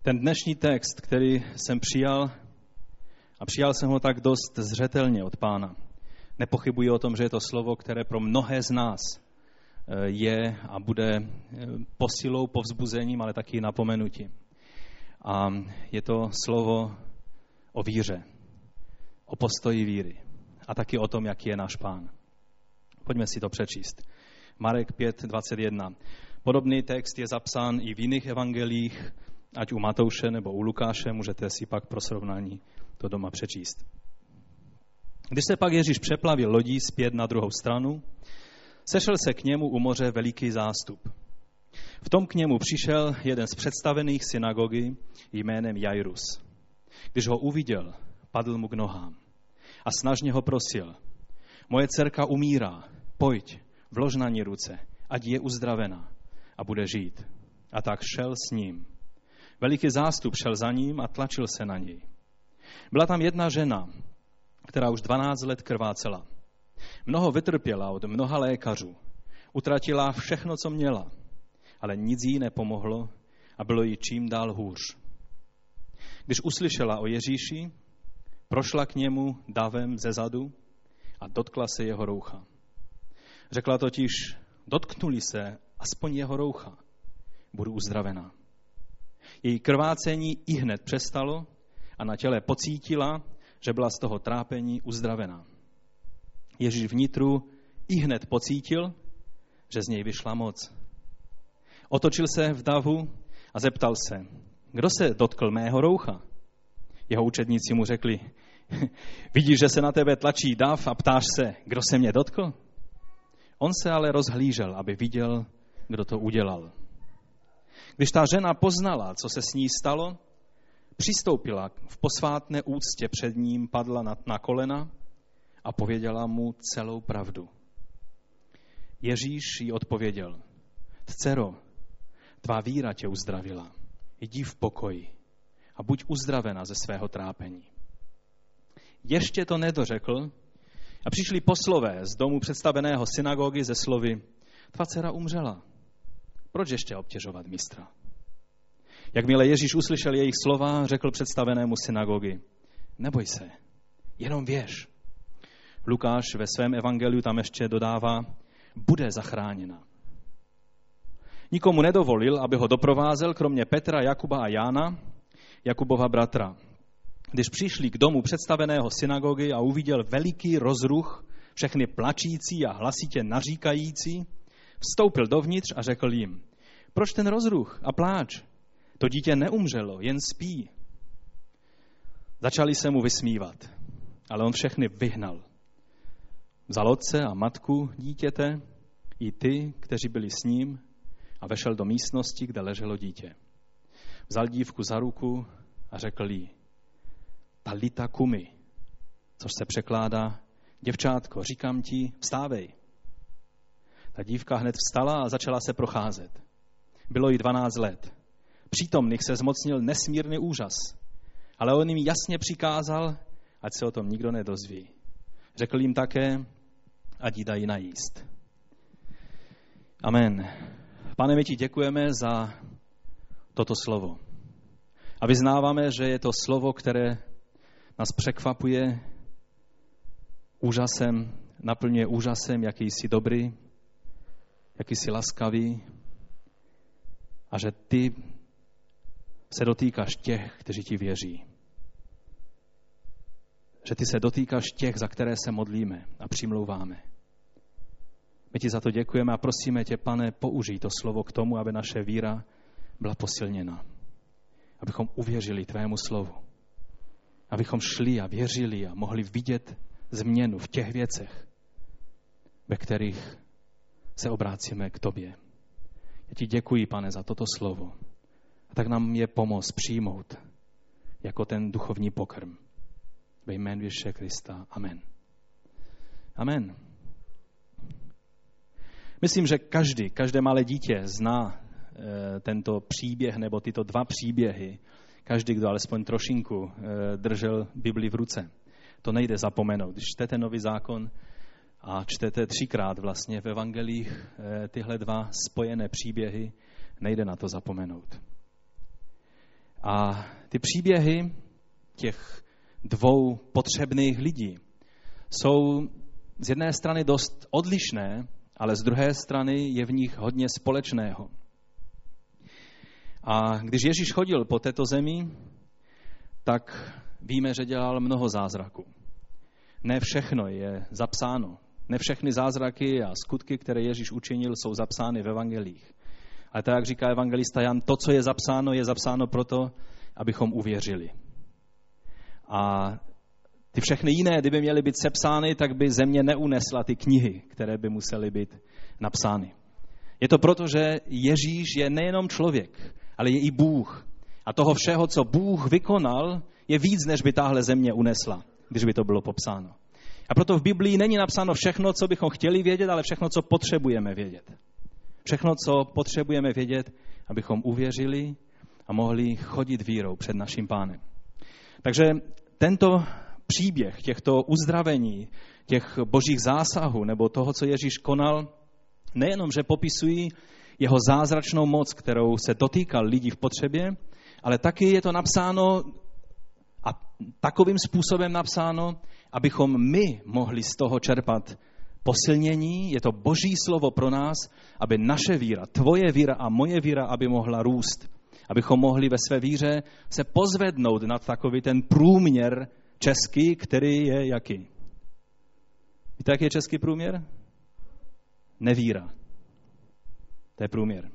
Ten dnešní text, který jsem přijal, a přijal jsem ho tak dost zřetelně od Pána. Nepochybuji o tom, že je to slovo, které pro mnohé z nás je a bude posilou, povzbuzením, ale taky napomenutím. A je to slovo o víře, o postoji víry a taky o tom, jaký je náš Pán. Pojďme si to přečíst. Marek 5:21. Podobný text je zapsán i v jiných evangelích, ať u Matouše nebo u Lukáše, můžete si pak pro srovnání to doma přečíst. Když se pak Ježíš přeplavil lodí zpět na druhou stranu, sešel se k němu u moře veliký zástup. V tom k němu přišel jeden z představených synagogy jménem Jairus. Když ho uviděl, padl mu k nohám a snažně ho prosil: Moje dcerka umírá, pojď, vlož na ní ruce, ať je uzdravena a bude žít. A tak šel s ním. Veliký zástup šel za ním a tlačil se na něj. Byla tam jedna žena, která už 12 let krvácela. Mnoho vytrpěla od mnoha lékařů. Utratila všechno, co měla, ale nic jí nepomohlo a bylo jí čím dál hůř. Když uslyšela o Ježíši, prošla k němu davem zezadu a dotkla se jeho roucha. Řekla totiž: dotknuli se aspoň jeho roucha, budu uzdravená. Její krvácení ihned přestalo a na těle pocítila, že byla z toho trápení uzdravená. Ježíš vnitru ihned pocítil, že z něj vyšla moc. Otočil se v davu a zeptal se: kdo se dotkl mého roucha? Jeho učedníci mu řekli: vidíš, že se na tebe tlačí dav a ptáš se, kdo se mě dotkl? On se ale rozhlížel, aby viděl, kdo to udělal. Když ta žena poznala, co se s ní stalo, přistoupila v posvátné úctě před ním, padla na kolena a pověděla mu celou pravdu. Ježíš jí odpověděl: dcero, tvá víra tě uzdravila. Jdi v pokoji a buď uzdravena ze svého trápení. Ještě to nedořekl a přišli poslové z domu představeného synagogy ze slovy: tvá dcera umřela. Proč ještě obtěžovat mistra? Jakmile Ježíš uslyšel jejich slova, řekl představenému synagogy: neboj se, jenom věř. Lukáš ve svém evangeliu tam ještě dodává: bude zachráněna. Nikomu nedovolil, aby ho doprovázel, kromě Petra, Jakuba a Jána, Jakubova bratra. Když přišli k domu představeného synagogy a uviděl veliký rozruch, všechny plačící a hlasitě naříkající, vstoupil dovnitř a řekl jim: proč ten rozruch a pláč? To dítě neumřelo, jen spí. Začali se mu vysmívat, ale on všechny vyhnal. Vzal otce a matku dítěte, i ty, kteří byli s ním, a vešel do místnosti, kde leželo dítě. Vzal dívku za ruku a řekl jí: talita kumi, což se překládá: děvčátko, říkám ti, vstávej. Ta dívka hned vstala a začala se procházet. Bylo jí 12 let. Přítomných se zmocnil nesmírný úžas, ale on jim jasně přikázal, ať se o tom nikdo nedozví. Řekl jim také, ať jí dají najíst. Amen. Pane, my ti děkujeme za toto slovo. A vyznáváme, že je to slovo, které nás překvapuje úžasem, naplňuje úžasem, jaký jsi dobrý, jaký jsi laskavý, a že ty se dotýkáš těch, kteří ti věří. Že ty se dotýkáš těch, za které se modlíme a přimlouváme. My ti za to děkujeme a prosíme tě, Pane, použij to slovo k tomu, aby naše víra byla posilněna. Abychom uvěřili tvému slovu. Abychom šli a věřili a mohli vidět změnu v těch věcech, ve kterých se obrácíme k tobě. Já ti děkuji, Pane, za toto slovo. A tak nám je pomoct přijmout jako ten duchovní pokrm. Ve jménu Ježíše Krista. Amen. Amen. Myslím, že každé malé dítě zná tento příběh nebo tyto dva příběhy. Každý, kdo alespoň trošinku držel Bibli v ruce. To nejde zapomenout. Když čtete Nový zákon a čtete 3krát vlastně v evangelích tyhle dva spojené příběhy, nejde na to zapomenout. A ty příběhy těch dvou potřebných lidí jsou z jedné strany dost odlišné, ale z druhé strany je v nich hodně společného. A když Ježíš chodil po této zemi, tak víme, že dělal mnoho zázraků. Ne všechno je zapsáno. Ne všechny zázraky a skutky, které Ježíš učinil, jsou zapsány v evangelích. Ale tak, jak říká evangelista Jan, to, co je zapsáno proto, abychom uvěřili. A ty všechny jiné, kdyby měly být sepsány, tak by země neunesla ty knihy, které by musely být napsány. Je to proto, že Ježíš je nejenom člověk, ale je i Bůh. A toho všeho, co Bůh vykonal, je víc, než by tahle země unesla, když by to bylo popsáno. A proto v Biblii není napsáno všechno, co bychom chtěli vědět, ale všechno, co potřebujeme vědět. Všechno, co potřebujeme vědět, abychom uvěřili a mohli chodit vírou před naším Pánem. Takže tento příběh těchto uzdravení, těch božích zásahů nebo toho, co Ježíš konal, nejenom, že popisují jeho zázračnou moc, kterou se dotýkal lidí v potřebě, ale taky je to napsáno a takovým způsobem napsáno, abychom my mohli z toho čerpat posilnění. Je to boží slovo pro nás, aby naše víra, tvoje víra a moje víra, aby mohla růst. Abychom mohli ve své víře se pozvednout nad takový ten průměr český, který je jaký? Víte, jaký je český průměr? Nevíra. To je průměr.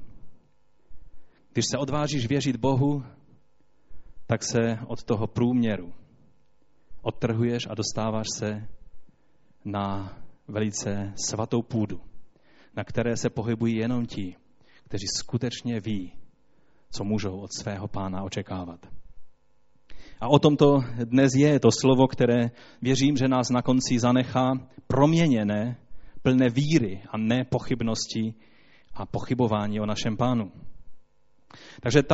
Když se odvážíš věřit Bohu, tak se od toho průměru odtrhuješ a dostáváš se na velice svatou půdu, na které se pohybují jenom ti, kteří skutečně ví, co můžou od svého Pána očekávat. A o tom to dnes je to slovo, které věřím, že nás na konci zanechá proměněné, plné víry a ne pochybností a pochybování o našem Pánu. Takže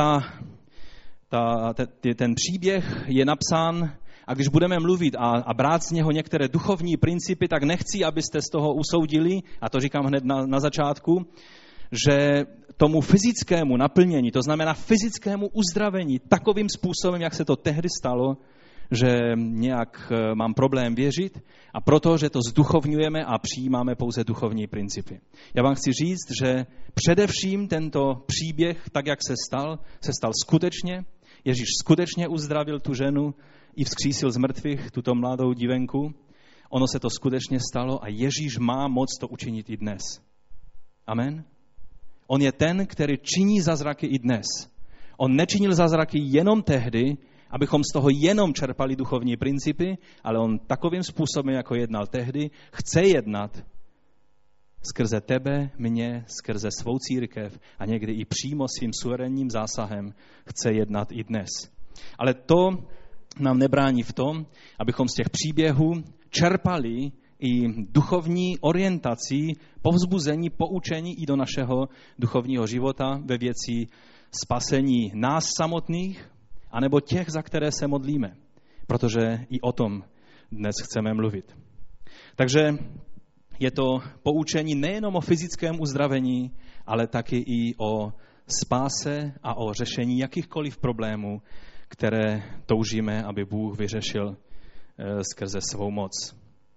ten příběh je napsán, a když budeme mluvit a brát z něho některé duchovní principy, tak nechci, abyste z toho usoudili, a to říkám hned na začátku, že tomu fyzickému naplnění, to znamená fyzickému uzdravení takovým způsobem, jak se to tehdy stalo, že nějak mám problém věřit a proto, že to zduchovňujeme a přijímáme pouze duchovní principy. Já vám chci říct, že především tento příběh, tak jak se stal skutečně. Ježíš skutečně uzdravil tu ženu i vzkřísil z mrtvých tuto mladou divenku. Ono se to skutečně stalo a Ježíš má moc to učinit i dnes. Amen. On je ten, který činí zázraky i dnes. On nečinil zázraky jenom tehdy, abychom z toho jenom čerpali duchovní principy, ale on takovým způsobem, jako jednal tehdy, chce jednat skrze tebe, mě, skrze svou církev a někdy i přímo svým suverénním zásahem chce jednat i dnes. Ale to nám nebrání v tom, abychom z těch příběhů čerpali i duchovní orientaci, povzbuzení, poučení i do našeho duchovního života ve věci spasení nás samotných, anebo těch, za které se modlíme. Protože i o tom dnes chceme mluvit. Takže je to poučení nejenom o fyzickém uzdravení, ale taky i o spáse a o řešení jakýchkoliv problémů, které toužíme, aby Bůh vyřešil skrze svou moc.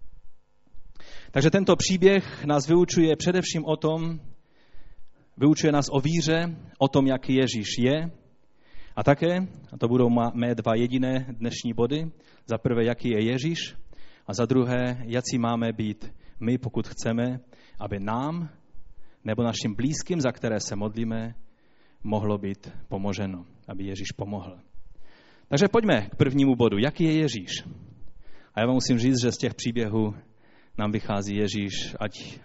Takže tento příběh nás vyučuje především o tom, vyučuje nás o víře, o tom, jaký Ježíš je, a také, a to budou mé dva jediné dnešní body, za prvé, jaký je Ježíš, a za druhé, jaký máme být my, pokud chceme, aby nám nebo našim blízkým, za které se modlíme, mohlo být pomoženo, aby Ježíš pomohl. Takže pojďme k prvnímu bodu. Jaký je Ježíš? A já vám musím říct, že z těch příběhů nám vychází Ježíš,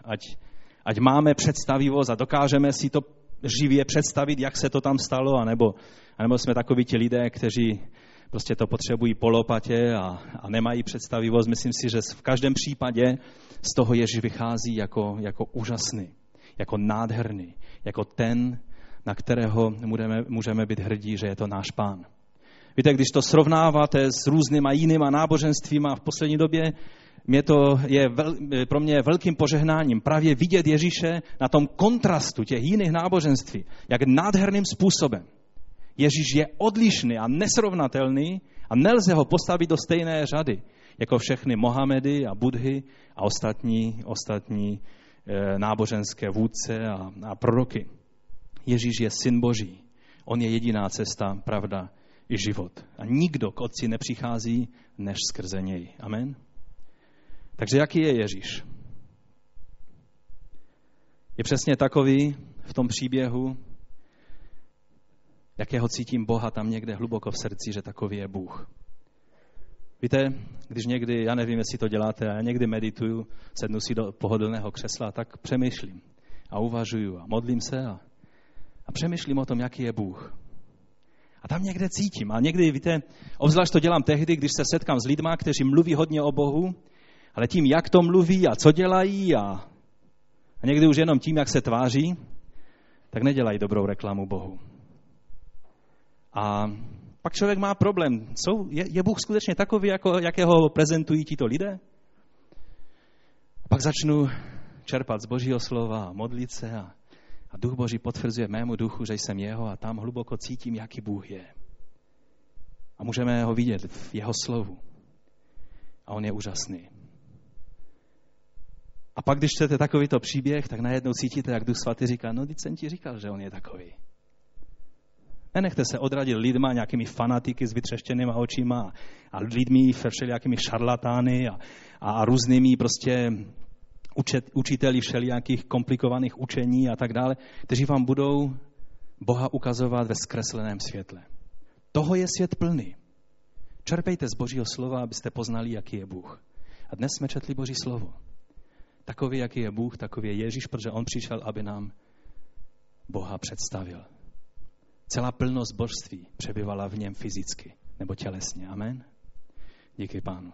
ať máme představivost a dokážeme si to živě představit, jak se to tam stalo, anebo jsme takoví ti lidé, kteří prostě to potřebují po lopatě a nemají představivost. Myslím si, že v každém případě z toho Ježíš vychází jako úžasný, jako nádherný, jako ten, na kterého můžeme být hrdí, že je to náš Pán. Víte, když to srovnáváte s různýma jinýma náboženstvíma v poslední době, pro mě velkým požehnáním právě vidět Ježíše na tom kontrastu těch jiných náboženství, jak nádherným způsobem Ježíš je odlišný a nesrovnatelný a nelze ho postavit do stejné řady, jako všechny Mohamedy a Budhy a ostatní náboženské vůdce a proroky. Ježíš je syn Boží. On je jediná cesta, pravda i život. A nikdo k Otci nepřichází, než skrze něj. Amen. Takže jaký je Ježíš? Je přesně takový v tom příběhu, jakého cítím Boha tam někde hluboko v srdci, že takový je Bůh. Víte, když někdy, já nevím, jestli to děláte, já někdy medituju, sednu si do pohodlného křesla, tak přemýšlím a uvažuju a modlím se a přemýšlím o tom, jaký je Bůh. A tam někde cítím. A někdy, víte, obzvlášť to dělám tehdy, když se setkám s lidma, kteří mluví hodně o Bohu, ale tím, jak to mluví a co dělají a někdy už jenom tím, jak se tváří, tak nedělají dobrou reklamu Bohu. A pak člověk má problém. Je Bůh skutečně takový, jakého prezentují tito lidé? A pak začnu čerpat z Božího slova a modlit se a Duch Boží potvrzuje mému duchu, že jsem jeho a tam hluboko cítím, jaký Bůh je. A můžeme ho vidět v jeho slovu. A on je úžasný. A pak, když čtete takovýto příběh, tak najednou cítíte, jak Duch Svatý říká, no teď jsem ti říkal, že on je takový. Nenechte se odradit lidma, nějakými fanatiky s vytřeštěnýma očima a lidmi všelijakými šarlatány a různými prostě učiteli všelijakých komplikovaných učení a tak dále, kteří vám budou Boha ukazovat ve zkresleném světle. Toho je svět plný. Čerpejte z Božího slova, abyste poznali, jaký je Bůh. A dnes jsme četli Boží slovo. Takový, jaký je Bůh, takový je Ježíš, protože on přišel, aby nám Boha představil. Celá plnost božství přebyvala v něm fyzicky nebo tělesně. Amen. Díky Pánu.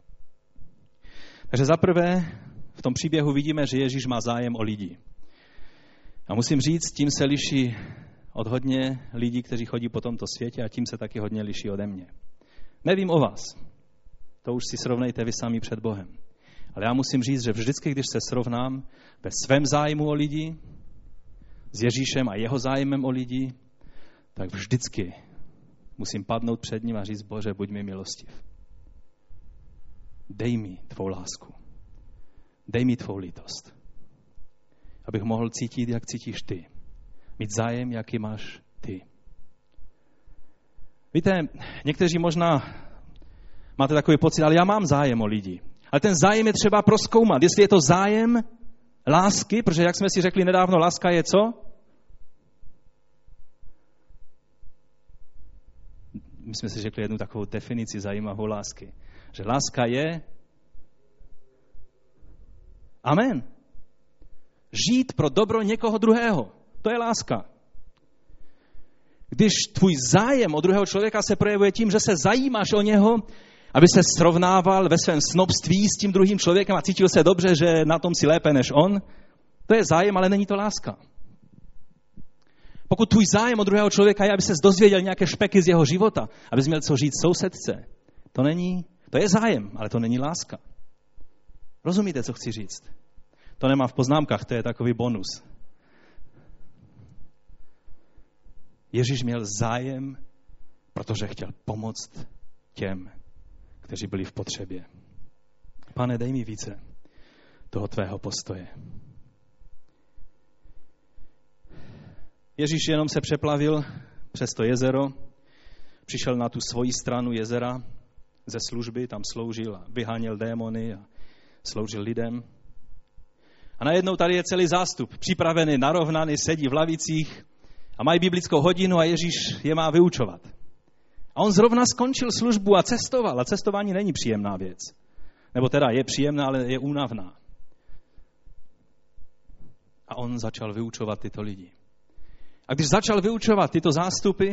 Takže zaprvé v tom příběhu vidíme, že Ježíš má zájem o lidi. A musím říct, tím se liší od hodně lidí, kteří chodí po tomto světě a tím se taky hodně liší ode mě. Nevím o vás. To už si srovnejte vy sami před Bohem. Ale já musím říct, že vždycky, když se srovnám ve svém zájmu o lidi s Ježíšem a jeho zájmem o lidi, tak vždycky musím padnout před ním a říct, Bože, buď mi milostiv. Dej mi tvou lásku. Dej mi tvou lítost. Abych mohl cítit, jak cítíš ty. Mít zájem, jaký máš ty. Víte, někteří možná máte takový pocit, ale já mám zájem o lidi. Ale ten zájem je třeba prozkoumat. Jestli je to zájem lásky, protože jak jsme si řekli nedávno, láska je co? My jsme si řekli jednu takovou definici zajímavou lásky. Že láska je amen. Žít pro dobro někoho druhého. To je láska. Když tvůj zájem o druhého člověka se projevuje tím, že se zajímáš o něho, aby se srovnával ve svém snobství s tím druhým člověkem a cítil se dobře, že na tom si lépe než on, to je zájem, ale není to láska. Pokud tvůj zájem o druhého člověka je, aby ses dozvěděl nějaké špeky z jeho života, abys měl co říct sousedce, to je zájem, ale to není láska. Rozumíte, co chci říct? To nemá v poznámkách, to je takový bonus. Ježíš měl zájem, protože chtěl pomoct těm, kteří byli v potřebě. Pane, dej mi více toho tvého postoje. Ježíš jenom se přeplavil přes to jezero, přišel na tu svoji stranu jezera ze služby, tam sloužil a vyháněl démony a sloužil lidem. A najednou tady je celý zástup, připravený, narovnaný, sedí v lavicích a mají biblickou hodinu a Ježíš je má vyučovat. A on zrovna skončil službu a cestoval. A cestování není příjemná věc. Nebo teda je příjemná, ale je únavná. A on začal vyučovat tyto lidi. A když začal vyučovat tyto zástupy,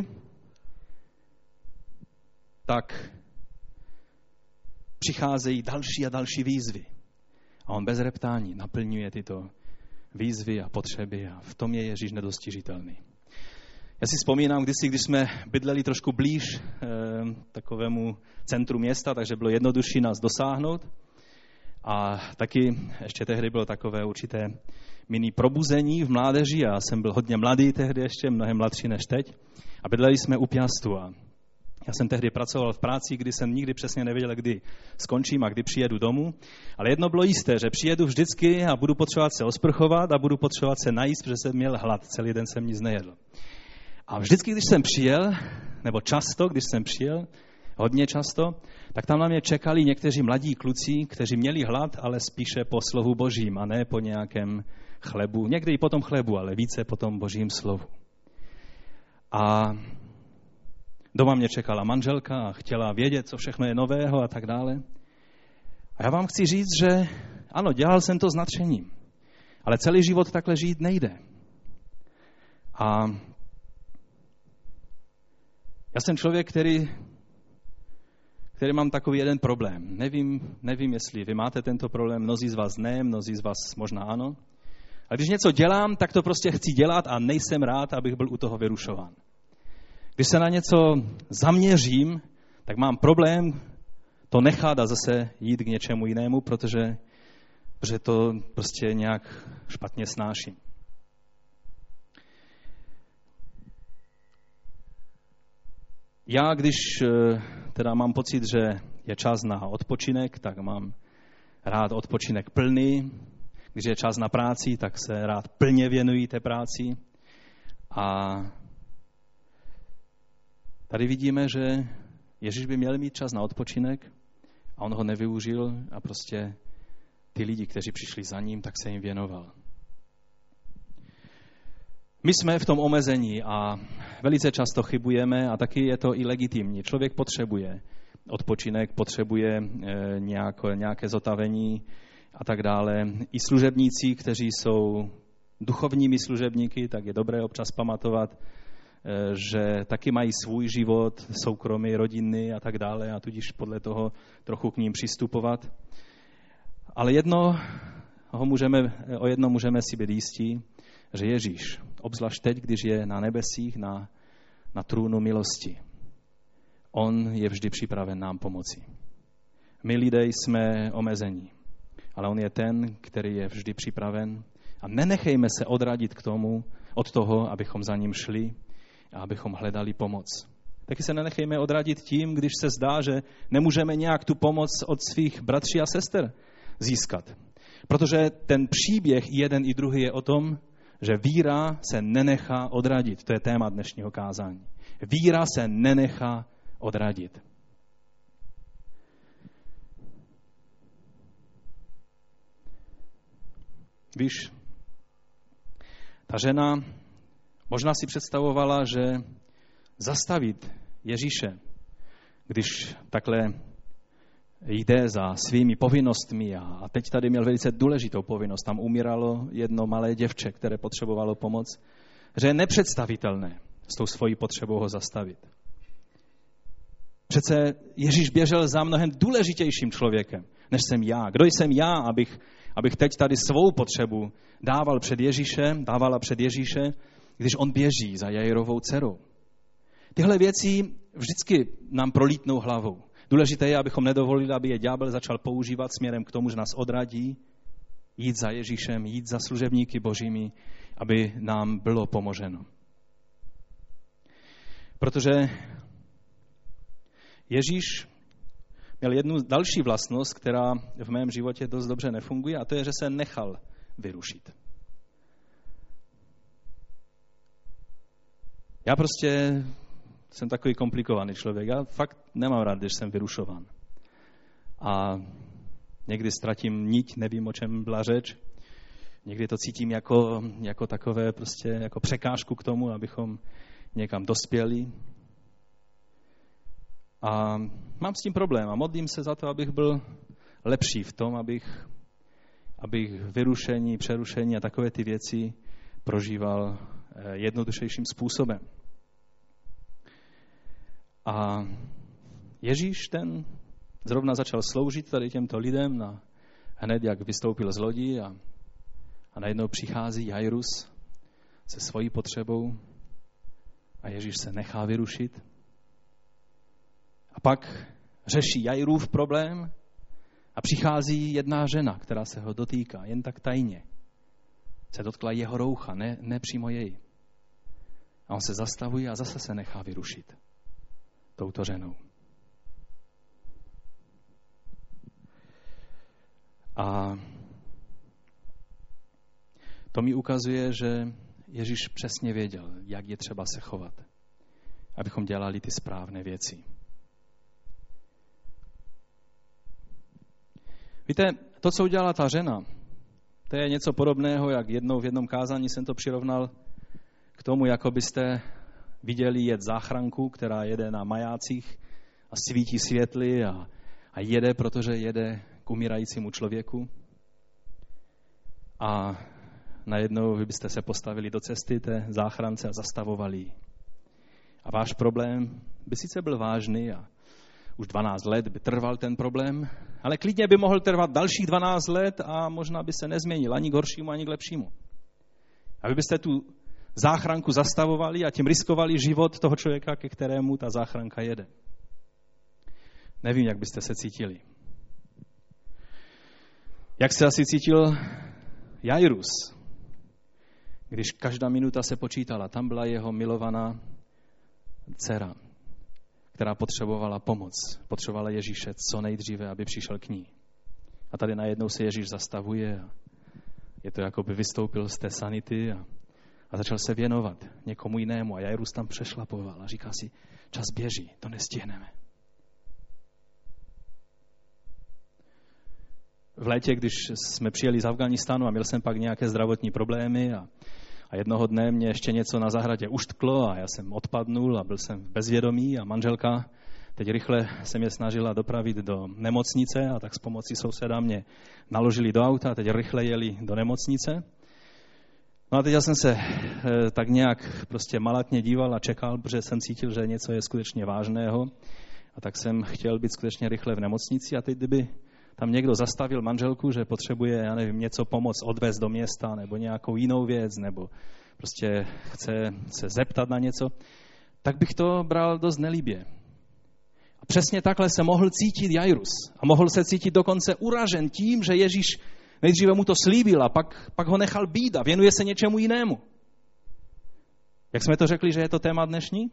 tak přicházejí další a další výzvy. A on bez reptání naplňuje tyto výzvy a potřeby a v tom je Ježíš nedostižitelný. Já si vzpomínám kdysi, když jsme bydleli trošku blíž takovému centru města, takže bylo jednodušší nás dosáhnout. A taky ještě tehdy bylo takové určité mini probuzení v mládeži. Já jsem byl hodně mladý tehdy ještě, mnohem mladší než teď. A bydleli jsme u Piastu. A já jsem tehdy pracoval v práci, kdy jsem nikdy přesně nevěděl, kdy skončím a kdy přijedu domů. Ale jedno bylo jisté, že přijedu vždycky a budu potřebovat se osprchovat a budu potřebovat se najíst, protože jsem měl hlad. Celý den jsem nic nejedl. A vždycky, když jsem přijel, nebo často, když jsem přijel, hodně často, tak tam na mě čekali někteří mladí kluci, kteří měli hlad, ale spíše po slovu Božím a ne po nějakém chlebu. Někdy i po tom chlebu, ale více po tom Božím slovu. A doma mě čekala manželka a chtěla vědět, co všechno je nového a tak dále. A já vám chci říct, že ano, dělal jsem to s nadšením, ale celý život takhle žít nejde. A já jsem člověk, který mám takový jeden problém. Nevím, jestli vy máte tento problém, mnozí z vás ne, mnozí z vás možná ano. Ale když něco dělám, tak to prostě chci dělat a nejsem rád, abych byl u toho vyrušován. Když se na něco zaměřím, tak mám problém to nechat a zase jít k něčemu jinému, protože to prostě nějak špatně snáším. Já, když teda mám pocit, že je čas na odpočinek, tak mám rád odpočinek plný. Když je čas na práci, tak se rád plně věnuji té práci. A tady vidíme, že Ježíš by měl mít čas na odpočinek a on ho nevyužil a prostě ty lidi, kteří přišli za ním, tak se jim věnoval. My jsme v tom omezení a velice často chybujeme a taky je to i legitimní. Člověk potřebuje odpočinek, potřebuje nějaké zotavení a tak dále. I služebníci, kteří jsou duchovními služebníky, tak je dobré občas pamatovat, že taky mají svůj život, soukromý, rodinný a tak dále a tudíž podle toho trochu k ním přistupovat. Ale o jedno můžeme si být jistí, že Ježíš, obzvlášť teď, když je na nebesích, na trůnu milosti, on je vždy připraven nám pomoci. My lidé jsme omezení, ale on je ten, který je vždy připraven a nenechejme se odradit od toho, abychom za ním šli a abychom hledali pomoc. Taky se nenechejme odradit tím, když se zdá, že nemůžeme nějak tu pomoc od svých bratří a sester získat. Protože ten příběh jeden i druhý je o tom, že víra se nenechá odradit. To je téma dnešního kázání. Víra se nenechá odradit. Víš, ta žena možná si představovala, že zastavit Ježíše, když takhle jde za svými povinnostmi a teď tady měl velice důležitou povinnost. Tam umíralo jedno malé děvče, které potřebovalo pomoc, že je nepředstavitelné s tou svojí potřebou ho zastavit. Přece Ježíš běžel za mnohem důležitějším člověkem, než jsem já. Kdo jsem já, abych teď tady svou potřebu dávala před Ježíše, když on běží za Jairovou dcerou. Tyhle věci vždycky nám prolítnou hlavou. Důležité je, abychom nedovolili, aby je ďábel začal používat směrem k tomu, že nás odradí, jít za Ježíšem, jít za služebníky božími, aby nám bylo pomoženo. Protože Ježíš měl jednu další vlastnost, která v mém životě dost dobře nefunguje, a to je, že se nechal vyrušit. Já prostě jsem takový komplikovaný člověk. Já fakt nemám rád, když jsem vyrušován. A někdy ztratím niť, nevím, o čem byla řeč. Někdy to cítím jako takové prostě jako překážku k tomu, abychom někam dospěli. A mám s tím problém a modlím se za to, abych byl lepší v tom, abych vyrušení, přerušení a takové ty věci prožíval jednodušejším způsobem. A Ježíš ten zrovna začal sloužit tady těmto lidem hned, jak vystoupil z lodi a najednou přichází Jairus se svojí potřebou a Ježíš se nechá vyrušit. A pak řeší Jairův problém A přichází jedna žena, která se ho dotýká, jen tak tajně. Se dotkla jeho roucha, ne přímo jej. A on se zastavuje a zase se nechá vyrušit touto ženou. A to mi ukazuje, že Ježíš přesně věděl, jak je třeba se chovat, abychom dělali ty správné věci. Víte, to, co udělala ta žena, to je něco podobného, jak jednou v jednom kázání jsem to přirovnal k tomu, jako byste viděli jet záchranku, která jede na majácích a svítí světly a jede, protože jede k umírajícímu člověku. A najednou vy byste se postavili do cesty té záchrance a zastavovali ji. A váš problém by sice byl vážný a už 12 let by trval ten problém, ale klidně by mohl trvat dalších 12 let a možná by se nezměnil ani k horšímu, ani k lepšímu. A vy byste tu záchranku zastavovali a tím riskovali život toho člověka, ke kterému ta záchranka jede. Nevím, jak byste se cítili. Jak se asi cítil Jairus, když každá minuta se počítala. Tam byla jeho milovaná dcera, která potřebovala pomoc. Potřebovala Ježíše co nejdříve, aby přišel k ní. A tady najednou se Ježíš zastavuje a je to, jako by vystoupil z té sanity a začal se věnovat někomu jinému. A Jairus tam přešlapoval a říká si, čas běží, to nestihneme. V létě, když jsme přijeli z Afghánistánu a měl jsem pak nějaké zdravotní problémy a jednoho dne mě ještě něco na zahradě uštklo a já jsem odpadnul a byl jsem v bezvědomí a manželka teď rychle se mě snažila dopravit do nemocnice a tak s pomocí souseda mě naložili do auta a teď rychle jeli do nemocnice. No a teď já jsem se tak nějak prostě malatně díval a čekal, protože jsem cítil, že něco je skutečně vážného a tak jsem chtěl být skutečně rychle v nemocnici a teď kdyby tam někdo zastavil manželku, že potřebuje, já nevím, něco pomoct odvést do města nebo nějakou jinou věc, nebo prostě chce se zeptat na něco, tak bych to bral dost nelíbě. A přesně takhle se mohl cítit Jairus. A mohl se cítit dokonce uražen tím, že Ježíš nejdříve mu to slíbil a pak ho nechal být a věnuje se něčemu jinému. Jak jsme to řekli, že je to téma dnešní?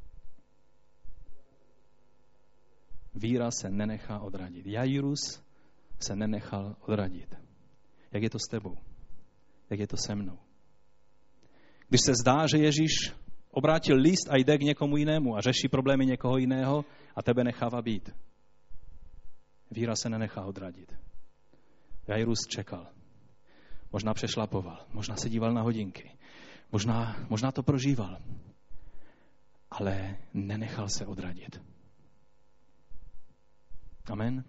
Víra se nenechá odradit. Jairus se nenechal odradit. Jak je to s tebou? Jak je to se mnou? Když se zdá, že Ježíš obrátil list a jde k někomu jinému a řeší problémy někoho jiného a tebe nechává být. Víra se nenechá odradit. Jairus čekal. Možná přešlapoval, možná se díval na hodinky, možná to prožíval, ale nenechal se odradit. Amen.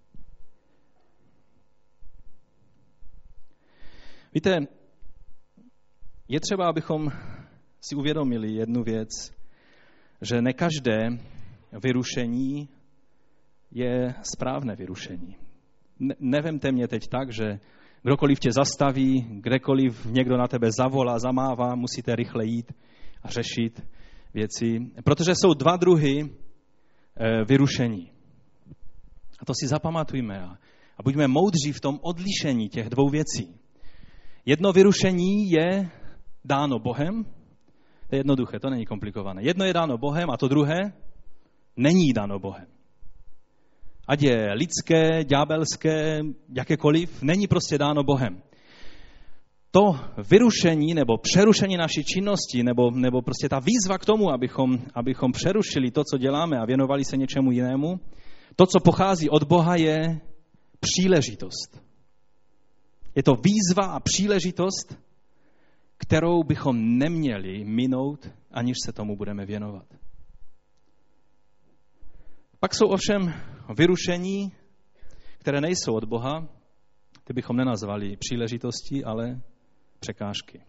Víte, je třeba, abychom si uvědomili jednu věc, že ne každé vyrušení je správné vyrušení. Nevemte mě teď tak, že kdokoliv tě zastaví, kdekoliv někdo na tebe zavolá, zamává, musíte rychle jít a řešit věci. Protože jsou dva druhy vyrušení. A to si zapamatujme a buďme moudří v tom odlišení těch dvou věcí. Jedno vyrušení je dáno Bohem, to je jednoduché, to není komplikované. Jedno je dáno Bohem a to druhé není dáno Bohem. Ať je lidské, ďábelské, jakékoliv, není prostě dáno Bohem. To vyrušení nebo přerušení naší činnosti nebo prostě ta výzva k tomu, abychom přerušili to, co děláme a věnovali se něčemu jinému, to, co pochází od Boha, je příležitost. Je to výzva a příležitost, kterou bychom neměli minout, aniž se tomu budeme věnovat. Pak jsou ovšem vyrušení, které nejsou od Boha, ty bychom nenazvali příležitosti, ale překážky.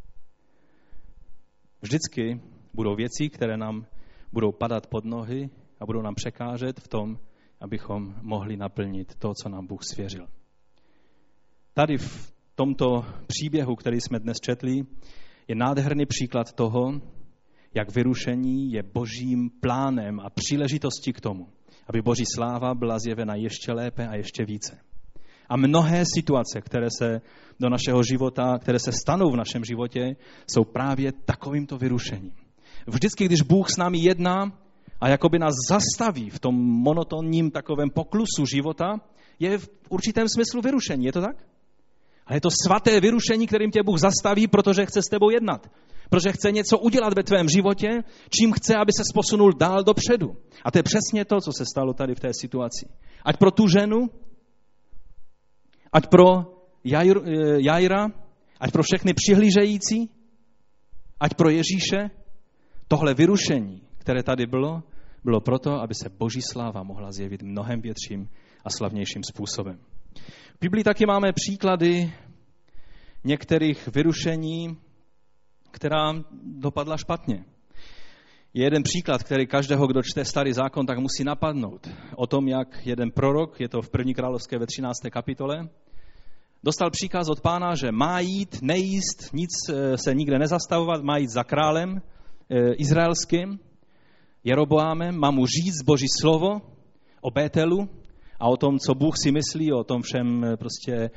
Vždycky budou věci, které nám budou padat pod nohy a budou nám překážet v tom, abychom mohli naplnit to, co nám Bůh svěřil. Tady v tomto příběhu, který jsme dnes četli, je nádherný příklad toho, jak vyrušení je božím plánem a příležitostí k tomu, aby Boží sláva byla zjevena ještě lépe a ještě více. A mnohé situace, které se do našeho života, které se stanou v našem životě, jsou právě takovýmto vyrušením. Vždycky, když Bůh s námi jedná a jakoby nás zastaví v tom monotonním takovém poklusu života, je v určitém smyslu vyrušení, je to tak? Ale je to svaté vyrušení, kterým tě Bůh zastaví, protože chce s tebou jednat. Protože chce něco udělat ve tvém životě, čím chce, aby se posunul dál dopředu. A to je přesně to, co se stalo tady v té situaci. Ať pro tu ženu, ať pro Jaira, ať pro všechny přihlížející, ať pro Ježíše, tohle vyrušení, které tady bylo proto, aby se Boží sláva mohla zjevit mnohem větším a slavnějším způsobem. V Biblii taky máme příklady některých vyrušení, která dopadla špatně. Je jeden příklad, který každého, kdo čte Starý zákon, tak musí napadnout. O tom, jak jeden prorok, je to v 1. královské ve 13. kapitole, dostal příkaz od Pána, že má jít, nejíst, nic se nikde nezastavovat, má jít za králem izraelským, Jeroboámem, má mu říct Boží slovo o Bételu a o tom, co Bůh si myslí, o tom všem prostě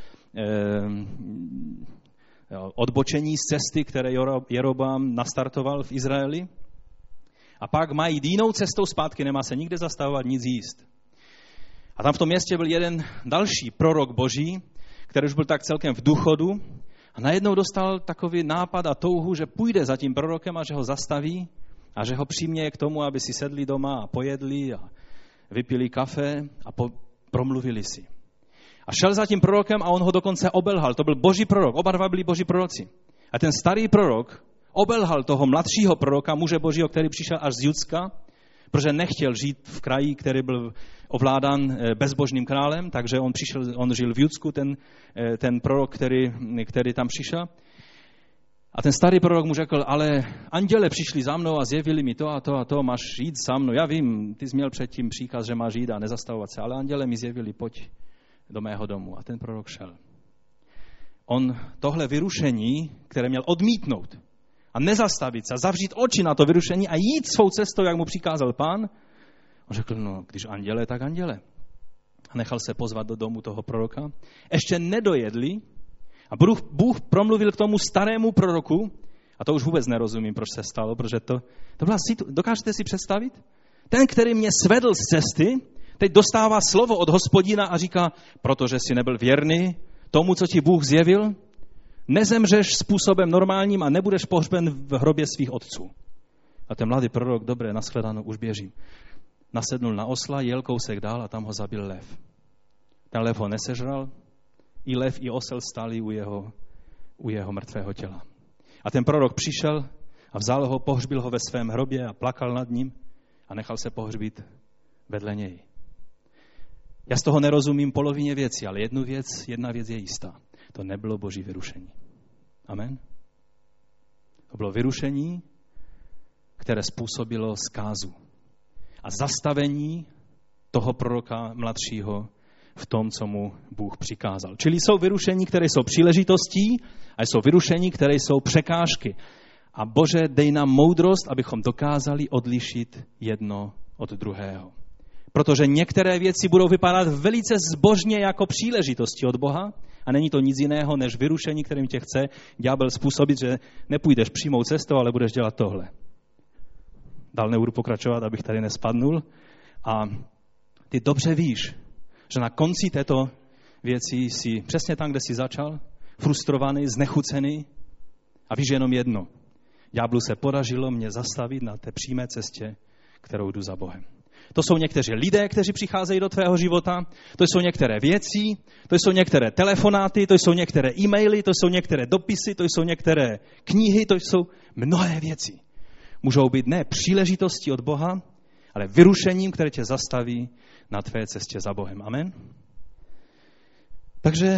odbočení z cesty, které Jeroboám nastartoval v Izraeli. A pak má jít jinou cestou zpátky, nemá se nikde zastavovat, nic jíst. A tam v tom městě byl jeden další prorok Boží, který už byl tak celkem v důchodu a najednou dostal takový nápad a touhu, že půjde za tím prorokem a že ho zastaví a že ho přiměje k tomu, aby si sedli doma a pojedli a vypili kafe a promluvili si. A šel za tím prorokem a on ho dokonce obelhal. To byl Boží prorok, oba dva byli Boží proroci. A ten starý prorok obelhal toho mladšího proroka, muže Božího, který přišel až z Judska, protože nechtěl žít v kraji, který byl ovládán bezbožným králem, takže on žil v Judsku, ten prorok, který tam přišel. A ten starý prorok mu řekl, ale anděle přišli za mnou a zjevili mi to a to a to, máš jít za mnou. Já vím, ty jsi měl předtím příkaz, že máš jít a nezastavovat se, ale anděle mi zjevili, pojď do mého domu. A ten prorok šel. On tohle vyrušení, které měl odmítnout a nezastavit se, zavřít oči na to vyrušení a jít svou cestou, jak mu přikázal Pán, on řekl, no, když anděle, tak anděle. A nechal se pozvat do domu toho proroka. Ještě nedojedli a Bůh promluvil k tomu starému proroku, a to už vůbec nerozumím, proč se stalo, protože to byla dokážete si představit? Ten, který mě svedl z cesty, teď dostává slovo od Hospodina a říká, protože jsi nebyl věrný tomu, co ti Bůh zjevil, nezemřeš způsobem normálním a nebudeš pohřben v hrobě svých otců. A ten mladý prorok, dobré, nashledanou, už běžím. Nasednul na osla, jel kousek dál a tam ho zabil lev. Ten lev ho nesežral, i lev, i osel stáli u jeho mrtvého těla. A ten prorok přišel a vzal ho, pohřbil ho ve svém hrobě a plakal nad ním a nechal se pohřbít vedle něj. Já z toho nerozumím polovině věcí, ale jedna věc je jistá. To nebylo Boží vyrušení. Amen? To bylo vyrušení, které způsobilo zkázu a zastavení toho proroka mladšího v tom, co mu Bůh přikázal. Čili jsou vyrušení, které jsou příležitostí a jsou vyrušení, které jsou překážky. A Bože, dej nám moudrost, abychom dokázali odlišit jedno od druhého. Protože některé věci budou vypadat velice zbožně jako příležitosti od Boha a není to nic jiného než vyrušení, kterým tě chce ďábel způsobit, že nepůjdeš přímou cestou, ale budeš dělat tohle. Dál nebudu pokračovat, abych tady nespadnul. A ty dobře víš, že na konci této věci jsi přesně tam, kde jsi začal, frustrovaný, znechucený a víš jenom jedno. Ďáblu se podařilo mě zastavit na té přímé cestě, kterou jdu za Bohem. To jsou někteří lidé, kteří přicházejí do tvého života, to jsou některé věci, to jsou některé telefonáty, to jsou některé e-maily, to jsou některé dopisy, to jsou některé knihy, to jsou mnohé věci. Můžou být ne příležitosti od Boha, ale vyrušením, které tě zastaví na tvé cestě za Bohem. Amen? Takže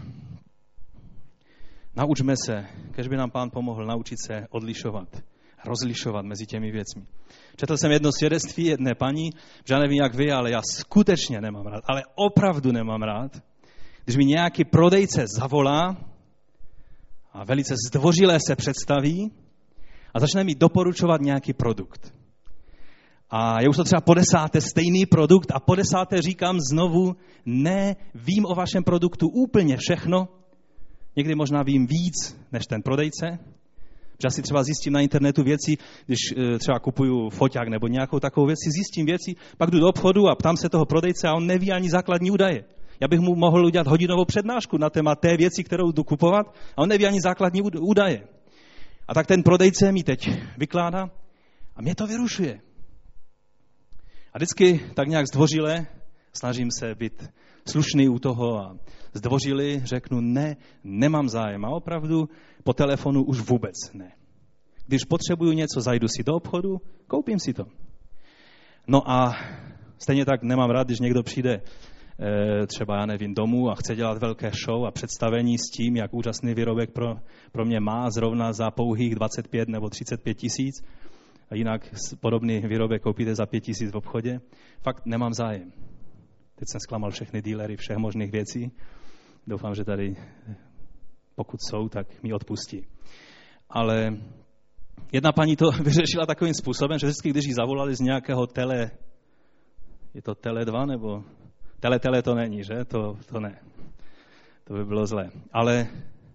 naučme se, kež by nám Pán pomohl naučit se odlišovat, rozlišovat mezi těmi věcmi. Četl jsem jedno svědectví jedné paní, že já nevím jak vy, ale já skutečně nemám rád, ale opravdu nemám rád, když mi nějaký prodejce zavolá a velice zdvořilé se představí a začne mi doporučovat nějaký produkt. A je už to třeba po 10. stejný produkt a po 10. říkám znovu, ne, vím o vašem produktu úplně všechno, někdy možná vím víc než ten prodejce, že si třeba zjistím na internetu věci, když třeba kupuju foťák nebo nějakou takovou věc, si zjistím věci, pak jdu do obchodu a ptám se toho prodejce a on neví ani základní údaje. Já bych mu mohl udělat hodinovou přednášku na téma té věci, kterou jdu kupovat a on neví ani základní údaje. A tak ten prodejce mi teď vykládá a mě to vyrušuje. A vždycky tak nějak zdvořile, snažím se být slušný u toho a zdvořili, řeknu ne, nemám zájem. A opravdu po telefonu už vůbec ne. Když potřebuju něco, zajdu si do obchodu, koupím si to. No a stejně tak nemám rád, když někdo přijde třeba, já nevím, domů a chce dělat velké show a představení s tím, jak úžasný výrobek pro mě má, zrovna za pouhých 25 nebo 35 tisíc. A jinak podobný výrobek koupíte za 5 tisíc v obchodě. Fakt nemám zájem. Teď jsem zklamal všechny dílery všech možných věcí. Doufám, že tady, pokud jsou, tak mi odpustí. Ale jedna paní to vyřešila takovým způsobem, že vždycky, když jí zavolali z nějakého je to Tele 2 nebo Tele to není, že? To ne. To by bylo zlé. Ale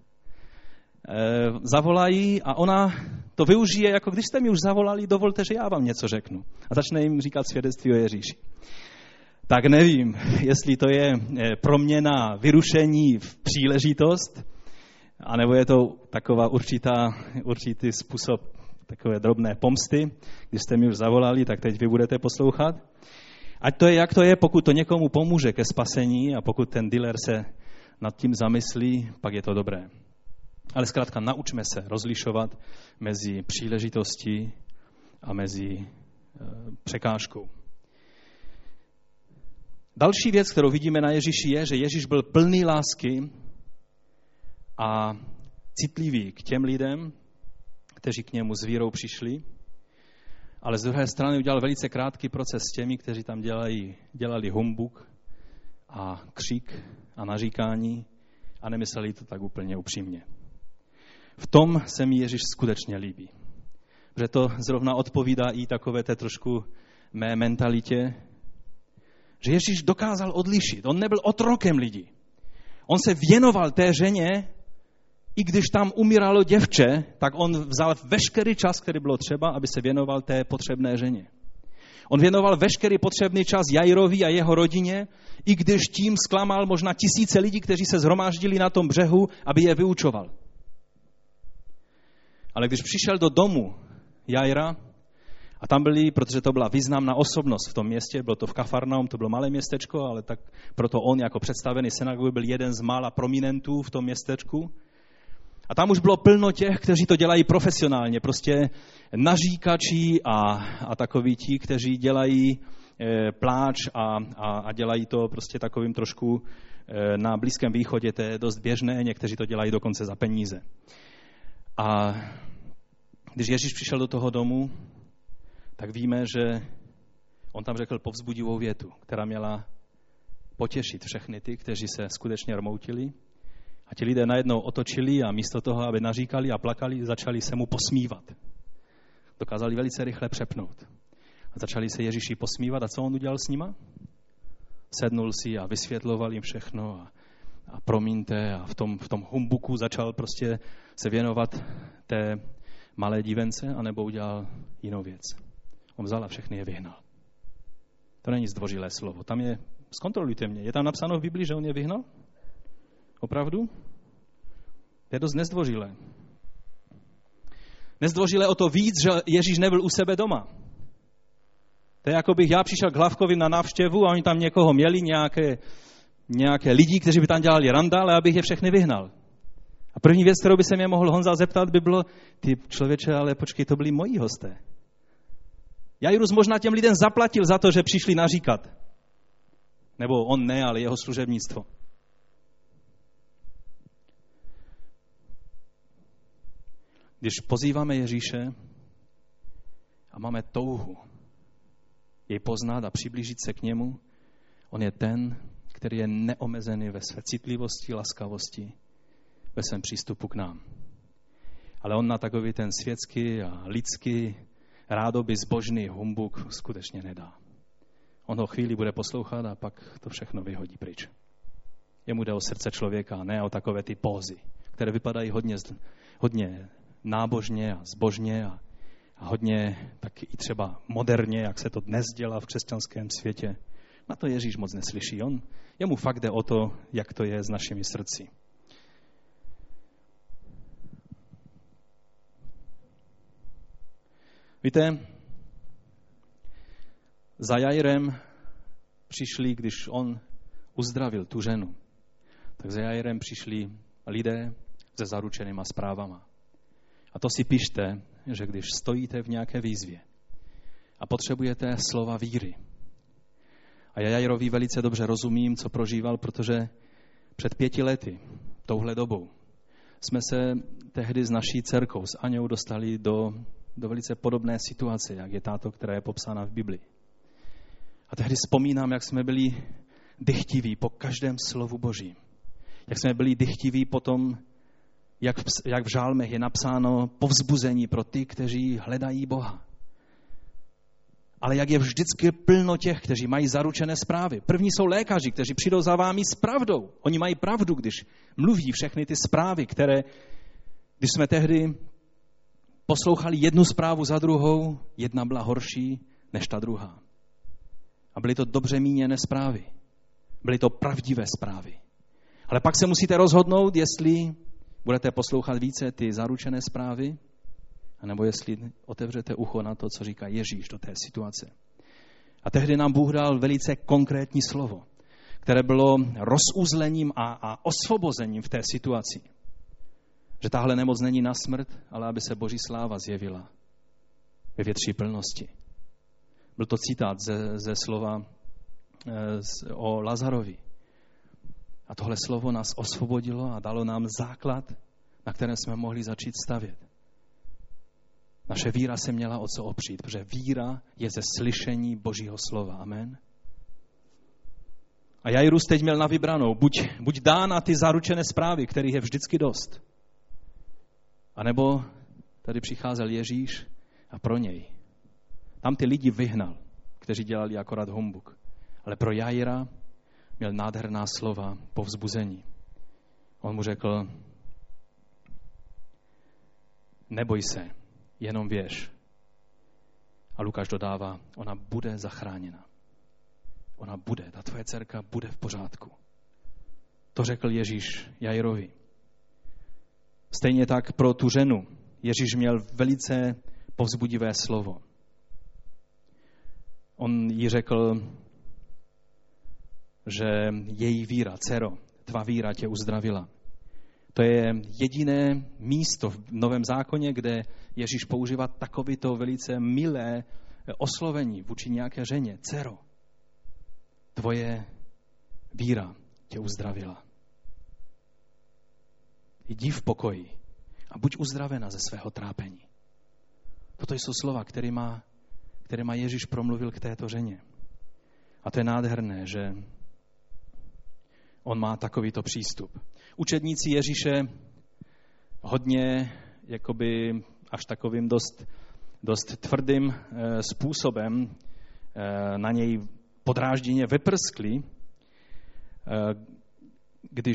zavolají a ona to využije, jako když jste mi už zavolali, dovolte, že já vám něco řeknu. A začne jim říkat svědectví o Ježíši. Tak nevím, jestli to je proměna vyrušení v příležitost, anebo je to taková určitý způsob takové drobné pomsty. Když jste mi už zavolali, tak teď vy budete poslouchat. Ať to je, jak to je, pokud to někomu pomůže ke spasení a pokud ten dealer se nad tím zamyslí, pak je to dobré. Ale zkrátka naučme se rozlišovat mezi příležitostí a mezi překážkou. Další věc, kterou vidíme na Ježíši, je, že Ježíš byl plný lásky a citlivý k těm lidem, kteří k němu s vírou přišli, ale z druhé strany udělal velice krátký proces s těmi, kteří tam dělali humbuk a křik a naříkání a nemysleli to tak úplně upřímně. V tom se mi Ježíš skutečně líbí. Že to zrovna odpovídá i takové té trošku mé mentalitě, že Ježíš dokázal odlišit. On nebyl otrokem lidí. On se věnoval té ženě, i když tam umíralo děvče, tak on vzal veškerý čas, který bylo třeba, aby se věnoval té potřebné ženě. On věnoval veškerý potřebný čas Jairovi a jeho rodině, i když tím zklamal možná tisíce lidí, kteří se shromáždili na tom břehu, aby je vyučoval. Ale když přišel do domu Jaira, a tam byli, protože to byla významná osobnost v tom městě, bylo to v Kafarnaum, to bylo malé městečko, ale tak proto on jako představený synagogy byl jeden z mála prominentů v tom městečku. A tam už bylo plno těch, kteří to dělají profesionálně, prostě naříkači a takoví ti, kteří dělají pláč a dělají to prostě takovým trošku na Blízkém východě, to je dost běžné, někteří to dělají dokonce za peníze. A když Ježíš přišel do toho domu, tak víme, že on tam řekl povzbudivou větu, která měla potěšit všechny ty, kteří se skutečně rmoutili. A ti lidé najednou otočili a místo toho, aby naříkali a plakali, začali se mu posmívat. Dokázali velice rychle přepnout. A začali se Ježíši posmívat. A co on udělal s nima? Sednul si a vysvětloval jim všechno a promiňte a v tom humbuku začal prostě se věnovat té malé dívence, anebo udělal jinou věc. On vzal a všechny je vyhnal. To není zdvořilé slovo. Tam je, zkontrolujte mě, je tam napsáno v Biblii, že on je vyhnal? Opravdu? To je dost nezdvořilé. Nezdvořilé o to víc, že Ježíš nebyl u sebe doma. To je jako bych já přišel k Hlavkovi na návštěvu a oni tam někoho měli, nějaké lidi, kteří by tam dělali randál, a abych je všechny vyhnal. A první věc, kterou by se mě mohl Honza zeptat, by bylo, ty člověče, ale počkej, to byli moji hosté. Jairus možná těm lidem zaplatil za to, že přišli naříkat. Nebo on ne, ale jeho služebnictvo. Když pozýváme Ježíše a máme touhu jej poznat a přiblížit se k němu, on je ten, který je neomezený ve své citlivosti, laskavosti, ve svém přístupu k nám. Ale on na takový ten světský a lidský rádoby zbožný humbuk skutečně nedá. On ho chvíli bude poslouchat a pak to všechno vyhodí pryč. Jemu jde o srdce člověka, ne o takové ty pózy, které vypadají hodně nábožně a zbožně a hodně tak i třeba moderně, jak se to dnes dělá v křesťanském světě. Na to Ježíš moc neslyší. Jemu fakt jde o to, jak to je s našimi srdci. Víte, za Jairem přišli, když on uzdravil tu ženu, tak za Jairem přišli lidé se zaručenýma zprávama. A to si pište, že když stojíte v nějaké výzvě a potřebujete slova víry. A já Jairovi velice dobře rozumím, co prožíval, protože před 5 lety, touhle dobou, jsme se tehdy s naší dcerkou, s Aňou, dostali do velice podobné situace, jak je tato, která je popsána v Biblii. A tehdy vzpomínám, jak jsme byli dychtiví po každém slovu Božím. Jak jsme byli dychtiví po tom, jak v žálmech je napsáno povzbuzení pro ty, kteří hledají Boha. Ale jak je vždycky plno těch, kteří mají zaručené zprávy. První jsou lékaři, kteří přijdou za vámi s pravdou. Oni mají pravdu, když mluví všechny ty zprávy, které, když jsme tehdy poslouchali jednu zprávu za druhou, jedna byla horší než ta druhá. A byly to dobře míněné zprávy. Byly to pravdivé zprávy. Ale pak se musíte rozhodnout, jestli budete poslouchat více ty zaručené zprávy, anebo jestli otevřete ucho na to, co říká Ježíš do té situace. A tehdy nám Bůh dal velice konkrétní slovo, které bylo rozuzlením a osvobozením v té situaci. Že tahle nemoc není na smrt, ale aby se Boží sláva zjevila ve větší plnosti. Byl to citát ze slova o Lazarovi. A tohle slovo nás osvobodilo a dalo nám základ, na kterém jsme mohli začít stavět. Naše víra se měla o co opřít, protože víra je ze slyšení Božího slova. Amen. A Jairus teď měl na vybranou, buď dá na ty zaručené zprávy, kterých je vždycky dost. A nebo tady přicházel Ježíš a pro něj. Tam ty lidi vyhnal, kteří dělali akorát humbuk. Ale pro Jaira měl nádherná slova povzbuzení. On mu řekl, neboj se, jenom věř. A Lukáš dodává, ona bude zachráněna. Ona bude, ta tvoje dcerka bude v pořádku. To řekl Ježíš Jairovi. Stejně tak pro tu ženu Ježíš měl velice povzbudivé slovo. On jí řekl, že její víra, dcero, tvá víra tě uzdravila. To je jediné místo v Novém zákoně, kde Ježíš používá takovýto velice milé oslovení vůči nějaké ženě. Dcero, tvoje víra tě uzdravila. Jdi v pokoji a buď uzdravena ze svého trápení. Toto jsou slova, které má Ježíš promluvil k této ženě. A to je nádherné, že on má takovýto přístup. Učedníci Ježíše hodně, jakoby až takovým dost tvrdým způsobem na něj podrážděně vyprskli, když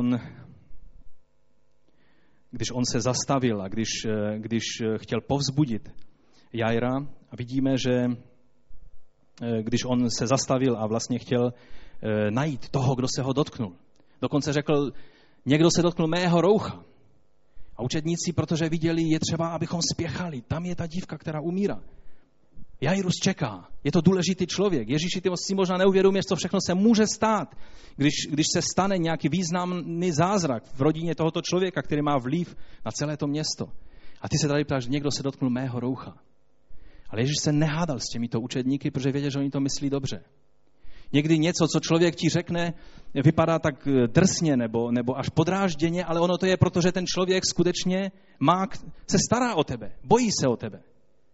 on se zastavil a když chtěl povzbudit Jaira. A vidíme, že když on se zastavil a vlastně chtěl najít toho, kdo se ho dotknul. Dokonce řekl, někdo se dotknul mého roucha. A učedníci, protože viděli, je třeba, abychom spěchali. Tam je ta dívka, která umírá. Jairus čeká. Je to důležitý člověk. Ježíši, ty si možná neuvědomíš, co všechno se může stát, když se stane nějaký významný zázrak v rodině tohoto člověka, který má vliv na celé to město. A ty se tady ptáš, někdo se dotknul mého roucha. Ale Ježíš se nehádal s těmito učedníky, protože věděl, že oni to myslí dobře. Někdy něco, co člověk ti řekne, vypadá tak drsně nebo až podrážděně, ale ono to je, protože ten člověk skutečně se stará o tebe, bojí se o tebe.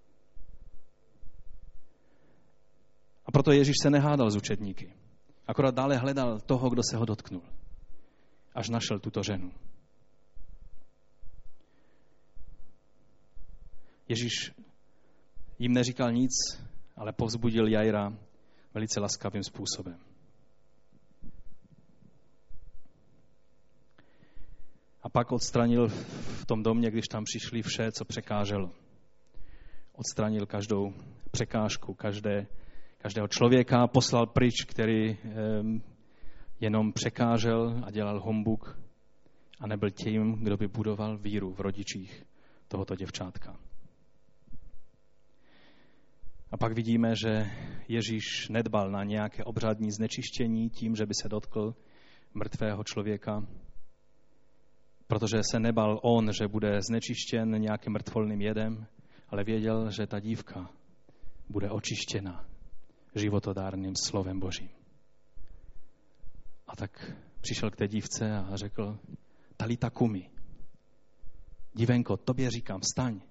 A proto Ježíš se nehádal s učedníky. Akorát dále hledal toho, kdo se ho dotknul. Až našel tuto ženu. jim neříkal nic, ale povzbudil Jaira velice laskavým způsobem. A pak odstranil v tom domě, když tam přišli, vše, co překáželo. Odstranil každou překážku, každého člověka, poslal pryč, který jenom překážel a dělal humbuk a nebyl tím, kdo by budoval víru v rodičích tohoto děvčátka. A pak vidíme, že Ježíš nedbal na nějaké obřadní znečištění tím, že by se dotkl mrtvého člověka, protože se nebal on, že bude znečištěn nějakým mrtvolným jedem, ale věděl, že ta dívka bude očištěna životodárným slovem Božím. A tak přišel k té dívce a řekl: Talita kumi, dívenko, tobě říkám, vstaň.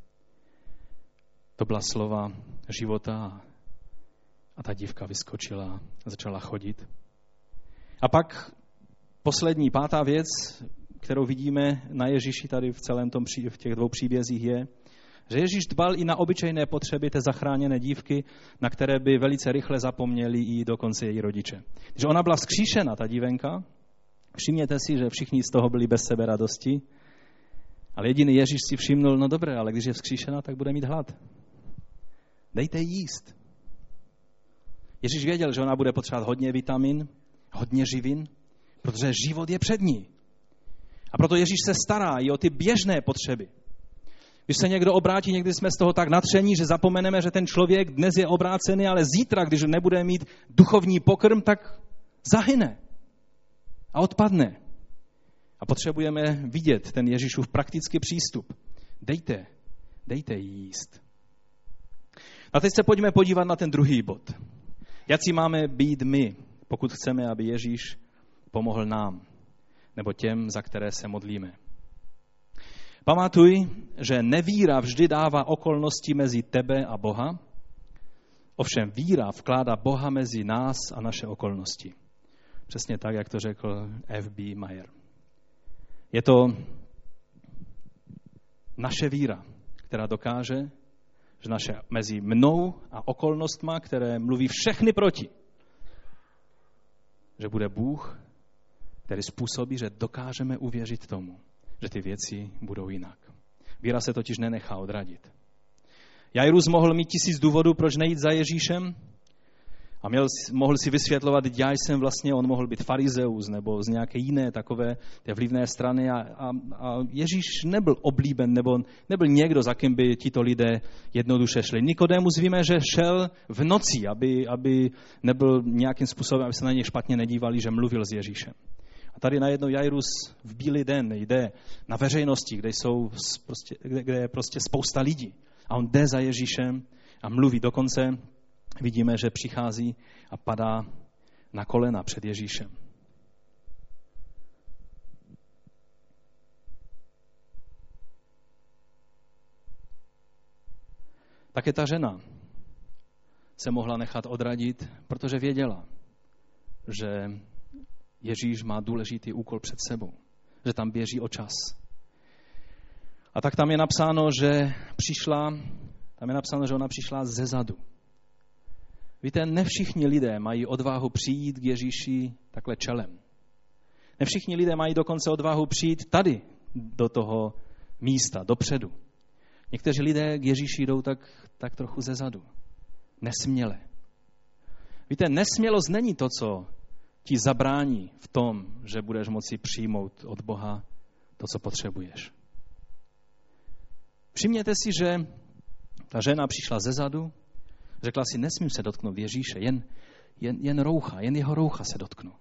To byla slova života a ta dívka vyskočila a začala chodit. A pak poslední, pátá věc, kterou vidíme na Ježíši tady v těch dvou příbězích je, že Ježíš dbal i na obyčejné potřeby té zachráněné dívky, na které by velice rychle zapomněli i dokonce její rodiče. Když ona byla vzkříšena, ta dívenka, všimněte si, že všichni z toho byli bez sebe radosti, ale jediný Ježíš si všimnul, no dobré, ale když je vzkříšena, tak bude mít hlad. Dejte jí jíst. Ježíš věděl, že ona bude potřebovat hodně vitamin, hodně živin, protože život je před ní. A proto Ježíš se stará i o ty běžné potřeby. Když se někdo obrátí, někdy jsme z toho tak natření, že zapomeneme, že ten člověk dnes je obrácený, ale zítra, když nebude mít duchovní pokrm, tak zahyne a odpadne. A potřebujeme vidět ten Ježíšův praktický přístup. Dejte jí jíst. A teď se pojďme podívat na ten druhý bod. Jací máme být my, pokud chceme, aby Ježíš pomohl nám, nebo těm, za které se modlíme. Pamatuj, že nevíra vždy dává okolnosti mezi tebe a Boha, ovšem víra vkládá Boha mezi nás a naše okolnosti. Přesně tak, jak to řekl F.B. Meyer. Je to naše víra, která dokáže, že naše mezi mnou a okolnostma, které mluví všechny proti, že bude Bůh, který způsobí, že dokážeme uvěřit tomu, že ty věci budou jinak. Víra se totiž nenechá odradit. Jairus mohl mít 1000 důvodů, proč nejít za Ježíšem a mohl si vysvětlovat, on mohl být farizeus nebo z nějaké jiné takové té vlivné strany a Ježíš nebyl oblíben nebo nebyl někdo, za kým by tito lidé jednoduše šli. Nikodémus víme, že šel v noci, aby nebyl nějakým způsobem, aby se na něj špatně nedívali, že mluvil s Ježíšem. A tady najednou Jairus v bílý den jde na veřejnosti, kde je prostě spousta lidí. A on jde za Ježíšem a mluví. Dokonce vidíme, že přichází a padá na kolena před Ježíšem. Také ta žena se mohla nechat odradit, protože věděla, že Ježíš má důležitý úkol před sebou, že tam běží o čas. A tak tam je napsáno, že ona přišla zezadu. Víte, ne všichni lidé mají odvahu přijít k Ježíši takhle čelem. Ne všichni lidé mají dokonce odvahu přijít tady do toho místa, dopředu. Někteří lidé k Ježíši jdou tak trochu zezadu. Nesměle. Víte, nesmělost není to, co ti zabrání v tom, že budeš moci přijmout od Boha to, co potřebuješ. Všimněte si, že ta žena přišla zezadu, řekla si, nesmím se dotknout Ježíše, jen jeho roucha se dotknu.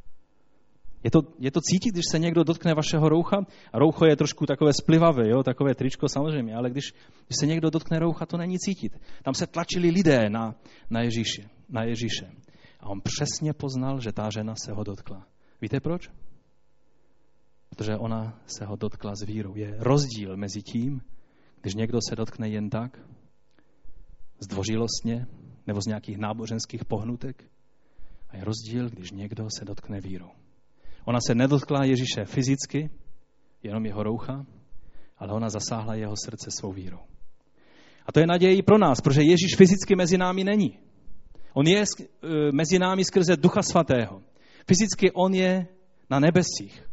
Je to cítit, když se někdo dotkne vašeho roucha? A roucho je trošku takové splivavé, jo? Takové tričko samozřejmě, ale když se někdo dotkne roucha, to není cítit. Tam se tlačili lidé na Ježíše. A on přesně poznal, že ta žena se ho dotkla. Víte proč? Protože ona se ho dotkla s vírou. Je rozdíl mezi tím, když někdo se dotkne jen tak, zdvořilostně, nebo z nějakých náboženských pohnutek. A je rozdíl, když někdo se dotkne vírou. Ona se nedotkla Ježíše fyzicky, jenom jeho roucha, ale ona zasáhla jeho srdce svou vírou. A to je naděje i pro nás, protože Ježíš fyzicky mezi námi není. On je mezi námi skrze Ducha Svatého. Fyzicky on je na nebesích.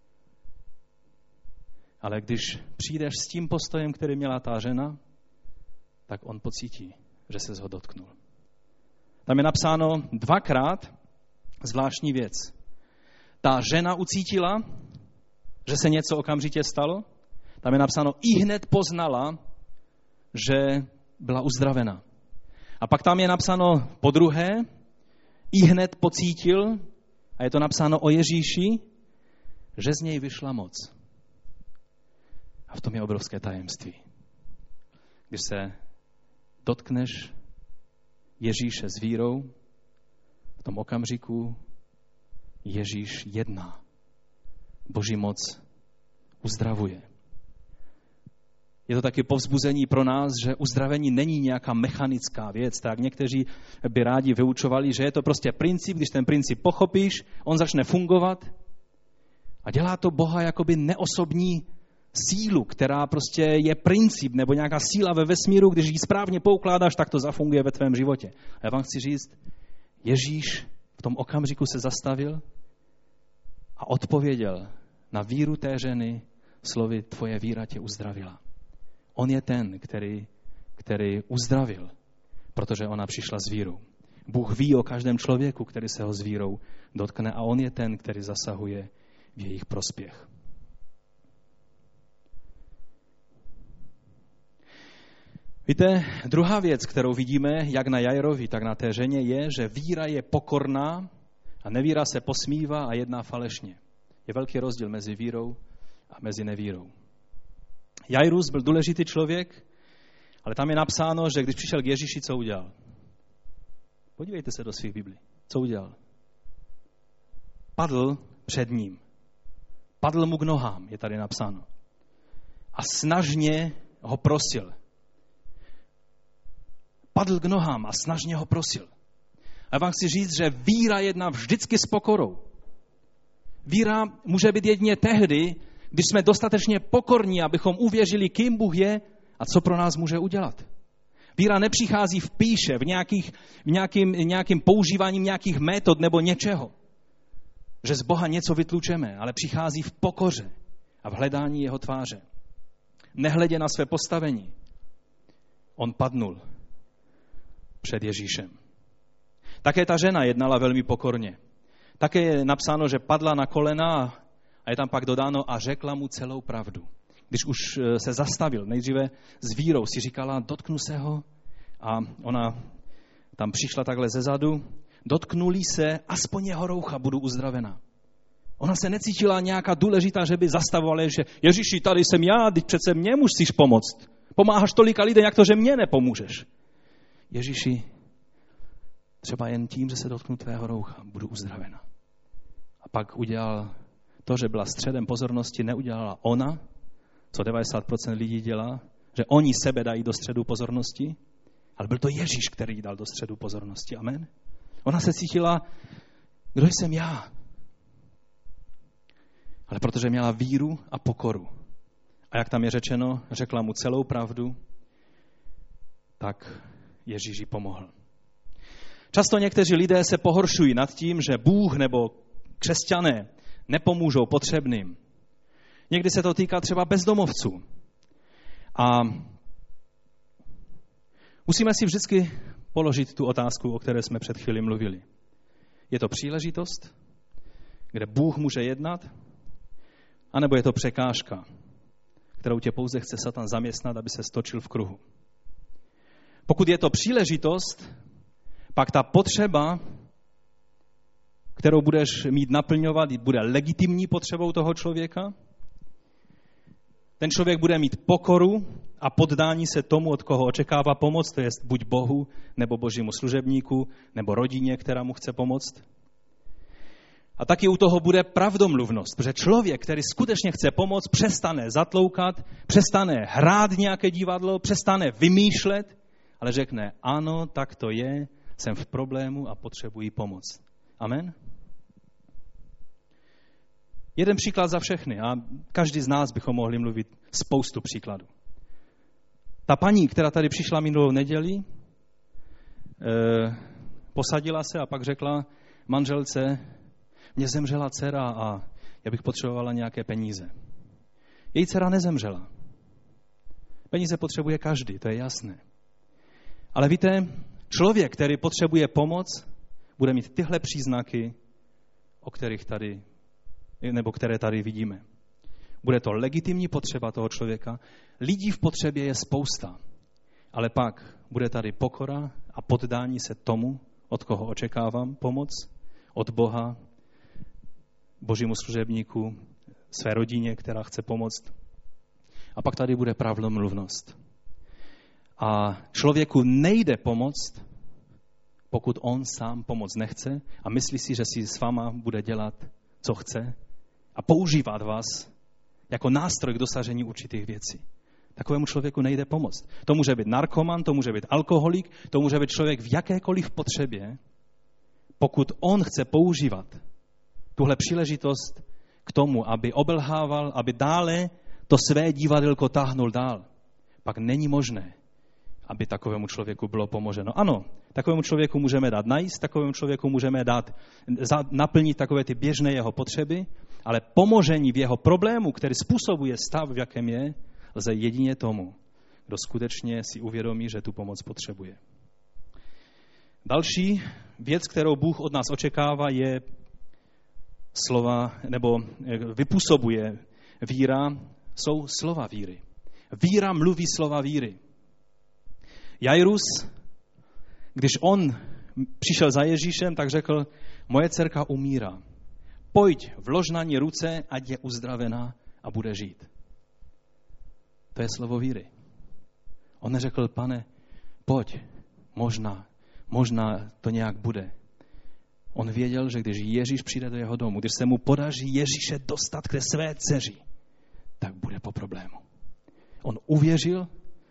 Ale když přijdeš s tím postojem, který měla ta žena, tak on pocítí, že se ho dotknul. Tam je napsáno 2krát zvláštní věc. Ta žena ucítila, že se něco okamžitě stalo. Tam je napsáno, ihned poznala, že byla uzdravena. A pak tam je napsáno podruhé, ihned pocítil, a je to napsáno o Ježíši, že z něj vyšla moc. A v tom je obrovské tajemství. Když se dotkneš Ježíše s vírou, v tom okamžiku Ježíš jedná. Boží moc uzdravuje. Je to taky povzbuzení pro nás, že uzdravení není nějaká mechanická věc. Tak někteří by rádi vyučovali, že je to prostě princip, když ten princip pochopíš, on začne fungovat a dělá to Boha jakoby neosobní sílu, která prostě je princip nebo nějaká síla ve vesmíru, když ji správně poukládáš, tak to zafunguje ve tvém životě. A já vám chci říct, Ježíš v tom okamžiku se zastavil a odpověděl na víru té ženy slovy tvoje víra tě uzdravila. On je ten, který uzdravil, protože ona přišla s vírou. Bůh ví o každém člověku, který se ho s vírou dotkne a on je ten, který zasahuje v jejich prospěch. Víte, druhá věc, kterou vidíme, jak na Jairovi, tak na té ženě, je, že víra je pokorná a nevíra se posmívá a jedná falešně. Je velký rozdíl mezi vírou a mezi nevírou. Jairus byl důležitý člověk, ale tam je napsáno, že když přišel k Ježíši, co udělal? Podívejte se do svých Biblí. Co udělal? Padl před ním. Padl mu k nohám, je tady napsáno. A snažně ho prosil. Padl k nohám a snažně ho prosil. A vám chci říct, že víra jedná vždycky s pokorou. Víra může být jedině tehdy, když jsme dostatečně pokorní, abychom uvěřili, kým Bůh je a co pro nás může udělat. Víra nepřichází v píše, v nějakým používáním nějakých metod nebo něčeho, že z Boha něco vytlučeme, ale přichází v pokoře a v hledání jeho tváře. Nehledě na své postavení, on padnul před Ježíšem. Také ta žena jednala velmi pokorně. Také je napsáno, že padla na kolena a je tam pak dodáno a řekla mu celou pravdu. Když už se zastavil, nejdříve s vírou si říkala, dotknu se ho a ona tam přišla takhle zezadu, dotknuli se, aspoň jeho roucha, budu uzdravena. Ona se necítila nějaká důležitá, že by zastavovala, že Ježíši, tady jsem já, teď přece mě musíš pomoct. Pomáháš tolika lidem, jak to, že mě nepomůžeš. Ježíši, třeba jen tím, že se dotknu tvého roucha, budu uzdravena. A pak udělal to, že byla středem pozornosti, neudělala ona, co 90% lidí dělá, že oni sebe dají do středu pozornosti, ale byl to Ježíš, který ji dal do středu pozornosti. Amen. Ona se cítila, kdo jsem já? Ale protože měla víru a pokoru. A jak tam je řečeno, řekla mu celou pravdu, tak Ježíš jí pomohl. Často někteří lidé se pohoršují nad tím, že Bůh nebo křesťané nepomůžou potřebným. Někdy se to týká třeba bezdomovců. A musíme si vždycky položit tu otázku, o které jsme před chvíli mluvili. Je to příležitost, kde Bůh může jednat, anebo je to překážka, kterou tě pouze chce Satan zaměstnat, aby se stočil v kruhu. Pokud je to příležitost, pak ta potřeba, kterou budeš mít naplňovat, bude legitimní potřebou toho člověka. Ten člověk bude mít pokoru a poddání se tomu, od koho očekává pomoc, to je buď Bohu, nebo božímu služebníku, nebo rodině, která mu chce pomoct. A taky u toho bude pravdomluvnost, protože člověk, který skutečně chce pomoct, přestane zatloukat, přestane hrát nějaké divadlo, přestane vymýšlet, ale řekne, ano, tak to je, jsem v problému a potřebuji pomoc. Amen? Jeden příklad za všechny a každý z nás bychom mohli mluvit spoustu příkladů. Ta paní, která tady přišla minulou neděli, posadila se a pak řekla manželce, mě zemřela dcera a já bych potřebovala nějaké peníze. Její dcera nezemřela. Peníze potřebuje každý, to je jasné. Ale víte, člověk, který potřebuje pomoc, bude mít tyhle příznaky, o kterých tady, nebo které tady vidíme. Bude to legitimní potřeba toho člověka. Lidí v potřebě je spousta, ale pak bude tady pokora a poddání se tomu, od koho očekávám pomoc, od Boha, Božímu služebníku, své rodině, která chce pomoct. A pak tady bude pravdomluvnost. A člověku nejde pomoct, pokud on sám pomoc nechce a myslí si, že si s váma bude dělat, co chce a používat vás jako nástroj k dosažení určitých věcí. Takovému člověku nejde pomoct. To může být narkoman, to může být alkoholik, to může být člověk v jakékoliv potřebě. Pokud on chce používat tuhle příležitost k tomu, aby obelhával, aby dále to své divadelko táhnul dál, pak není možné, aby takovému člověku bylo pomoženo. Ano, takovému člověku můžeme dát najíst, takovému člověku můžeme dát naplnit takové ty běžné jeho potřeby, ale pomožení v jeho problému, který způsobuje stav, v jakém je, lze jedině tomu, kdo skutečně si uvědomí, že tu pomoc potřebuje. Další věc, kterou Bůh od nás očekává, je slova, nebo vypůsobuje víra, jsou slova víry. Víra mluví slova víry. Jairus, když on přišel za Ježíšem, tak řekl, moje dcerka umírá. Pojď, vlož na ní ruce, ať je uzdravená a bude žít. To je slovo víry. On neřekl, pane, pojď, možná to nějak bude. On věděl, že když Ježíš přijde do jeho domu, když se mu podaří Ježíše dostat ke své dceři, tak bude po problému. On uvěřil,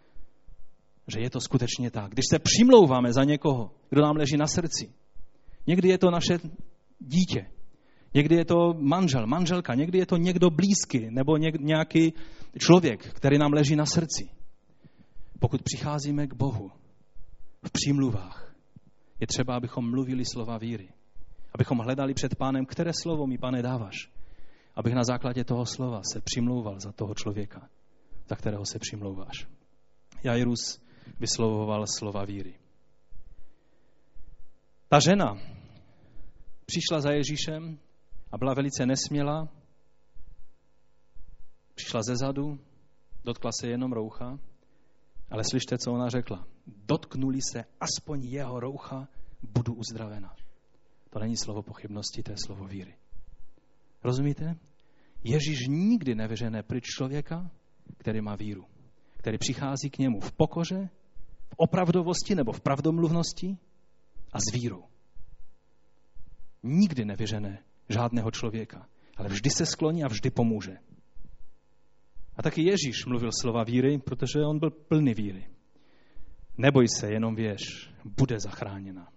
že je to skutečně tak. Když se přimlouváme za někoho, kdo nám leží na srdci, někdy je to naše dítě, někdy je to manžel, manželka, někdy je to někdo blízký nebo nějaký člověk, který nám leží na srdci. Pokud přicházíme k Bohu v přímluvách, je třeba, abychom mluvili slova víry. Abychom hledali před Pánem, které slovo mi, Pane, dáváš. Abych na základě toho slova se přimlouval za toho člověka, za kterého se přimlouváš. Jairus vyslovoval slova víry. Ta žena přišla za Ježíšem a byla velice nesmělá. Přišla zezadu, dotkla se jenom roucha, ale slyšte, co ona řekla. Dotknuli se aspoň jeho roucha, budu uzdravena. To není slovo pochybnosti, to je slovo víry. Rozumíte? Ježíš nikdy nevyžene pryč člověka, který má víru. Který přichází k němu v pokoře, v opravdovosti nebo v pravdomluvnosti a s vírou. Nikdy nevyžene žádného člověka, ale vždy se skloní a vždy pomůže. A taky Ježíš mluvil slova víry, protože on byl plný víry. Neboj se, jenom věř, bude zachráněna.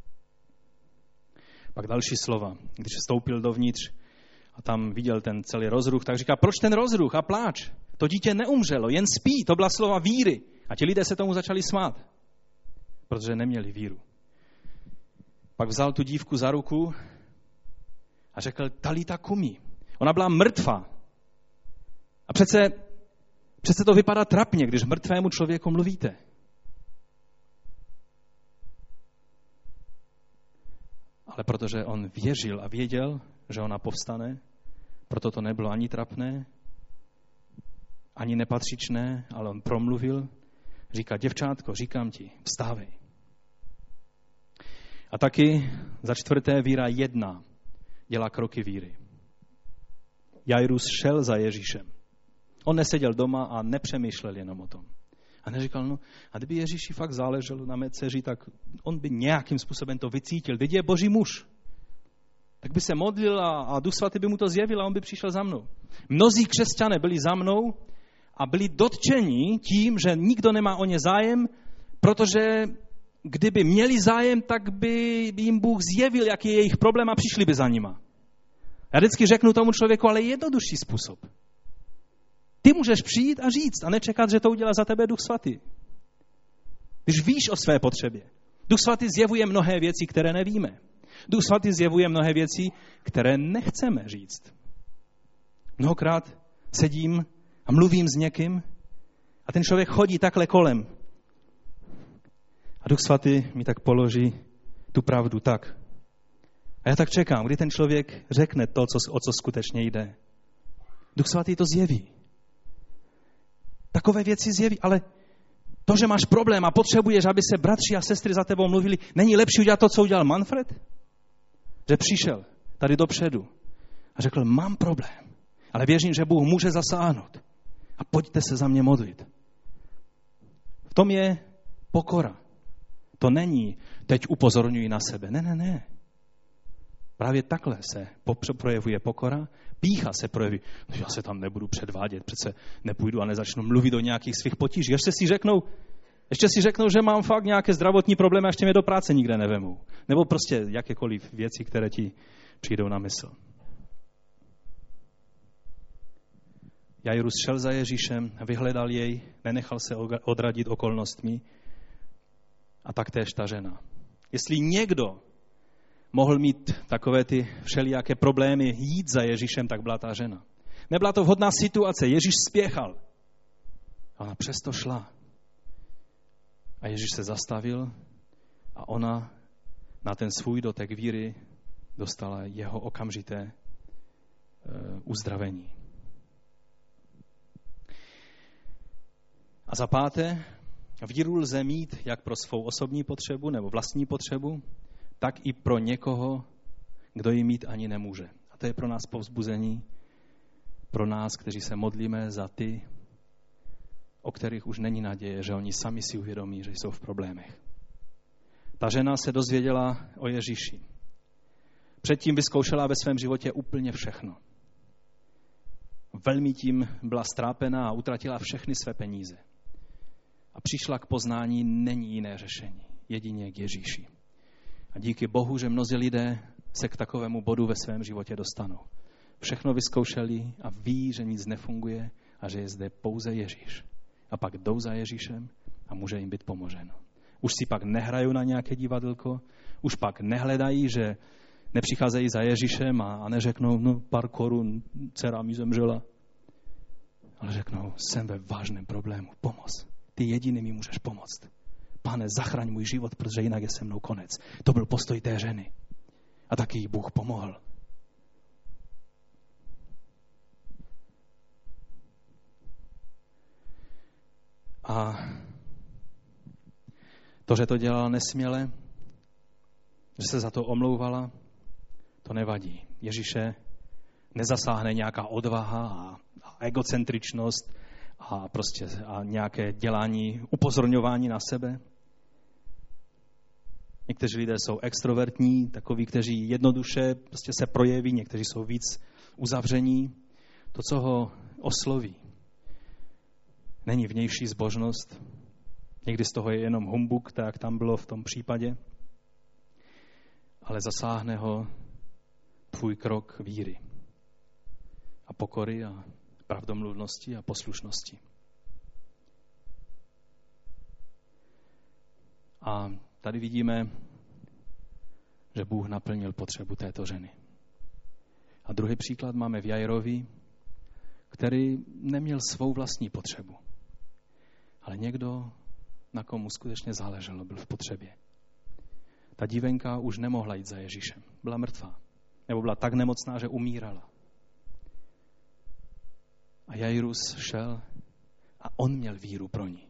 Pak další slova. Když vstoupil dovnitř a tam viděl ten celý rozruch, tak říká, proč ten rozruch a pláč? To dítě neumřelo, jen spí. To byla slova víry. A ti lidé se tomu začali smát, protože neměli víru. Pak vzal tu dívku za ruku a řekl, talita kumi. Ona byla mrtvá. A přece to vypadá trapně, když mrtvému člověku mluvíte. Ale protože on věřil a věděl, že ona povstane, proto to nebylo ani trapné, ani nepatřičné, ale on promluvil, říká, děvčátko, říkám ti, vstávej. A taky za čtvrté víra jedna dělá kroky víry. Jairus šel za Ježíšem. On neseděl doma a nepřemýšlel jenom o tom. A neříkal, no, a kdyby Ježíši fakt záležel na mé dceři, tak on by nějakým způsobem to vycítil. Teď je Boží muž. Tak by se modlil a Duch Svatý by mu to zjevil a on by přišel za mnou. Mnozí křesťané byli za mnou a byli dotčeni tím, že nikdo nemá o ně zájem, protože kdyby měli zájem, tak by jim Bůh zjevil, jaký je jejich problém a přišli by za nima. Já vždycky řeknu tomu člověku, ale jednodušší způsob. Ty můžeš přijít a říct a nečekat, že to udělá za tebe Duch Svatý. Když víš o své potřebě. Duch Svatý zjevuje mnohé věci, které nevíme. Duch Svatý zjevuje mnohé věci, které nechceme říct. Mnohokrát sedím a mluvím s někým a ten člověk chodí takhle kolem. A Duch Svatý mi tak položí tu pravdu tak. A já tak čekám, kdy ten člověk řekne to, o co skutečně jde. Duch Svatý to zjeví. Takové věci zjeví, ale to, že máš problém a potřebuješ, aby se bratři a sestry za tebou mluvili, není lepší udělat to, co udělal Manfred? Že přišel tady dopředu a řekl, mám problém, ale věřím, že Bůh může zasáhnout. A pojďte se za mě modlit. V tom je pokora. To není, teď upozorňuji na sebe. Ne. Právě takhle se projevuje pokora, pýcha se projeví. No já se tam nebudu předvádět, přece nepůjdu a nezačnu mluvit o nějakých svých potížích. Ještě si řeknou, že mám fakt nějaké zdravotní problémy a ještě mě do práce nikde nevemou. Nebo prostě jakékoliv věci, které ti přijdou na mysl. Jairus šel za Ježíšem, vyhledal jej, nenechal se odradit okolnostmi a taktéž ta žena. Jestli někdo mohl mít takové ty všelijaké problémy jít za Ježíšem, tak byla ta žena. Nebyla to vhodná situace, Ježíš spěchal. A ona přesto šla. A Ježíš se zastavil a ona na ten svůj dotek víry dostala jeho okamžité uzdravení. A za páté, víru lze mít jak pro svou osobní potřebu nebo vlastní potřebu, tak i pro někoho, kdo ji mít ani nemůže. A to je pro nás povzbuzení, pro nás, kteří se modlíme za ty, o kterých už není naděje, že oni sami si uvědomí, že jsou v problémech. Ta žena se dozvěděla o Ježíši. Předtím vyzkoušela ve svém životě úplně všechno. Velmi tím byla strápená a utratila všechny své peníze. A přišla k poznání, není jiné řešení, jedině k Ježíši. A díky Bohu, že mnozí lidé se k takovému bodu ve svém životě dostanou. Všechno vyzkoušeli a ví, že nic nefunguje a že je zde pouze Ježíš. A pak jdou za Ježíšem a může jim být pomoženo. Už si pak nehrají na nějaké divadlko, už pak nehledají, že nepřicházejí za Ježíšem a neřeknou, no pár korun, dcera mi zemřela. Ale řeknou, jsem ve vážném problému, pomoz. Ty jediný mi můžeš pomoct. Pane, zachraň můj život, protože jinak je se mnou konec. To byl postoj té ženy. A taky jí Bůh pomohl. A to, že to dělala nesměle, že se za to omlouvala, to nevadí. Ježíše nezasáhne nějaká odvaha a egocentričnost a nějaké dělání, upozorňování na sebe. Někteří lidé jsou extrovertní, takoví, kteří jednoduše prostě se projeví, někteří jsou víc uzavření. To, co ho osloví, není vnější zbožnost. Někdy z toho je jenom humbuk, tak jak tam bylo v tom případě. Ale zasáhne ho tvůj krok víry a pokory a pravdomluvnosti a poslušnosti. A tady vidíme, že Bůh naplnil potřebu této ženy. A druhý příklad máme v Jairovi, který neměl svou vlastní potřebu. Ale někdo, na komu skutečně záleželo, byl v potřebě. Ta dívenka už nemohla jít za Ježíšem. Byla mrtvá. Nebo byla tak nemocná, že umírala. A Jairus šel a on měl víru pro ní.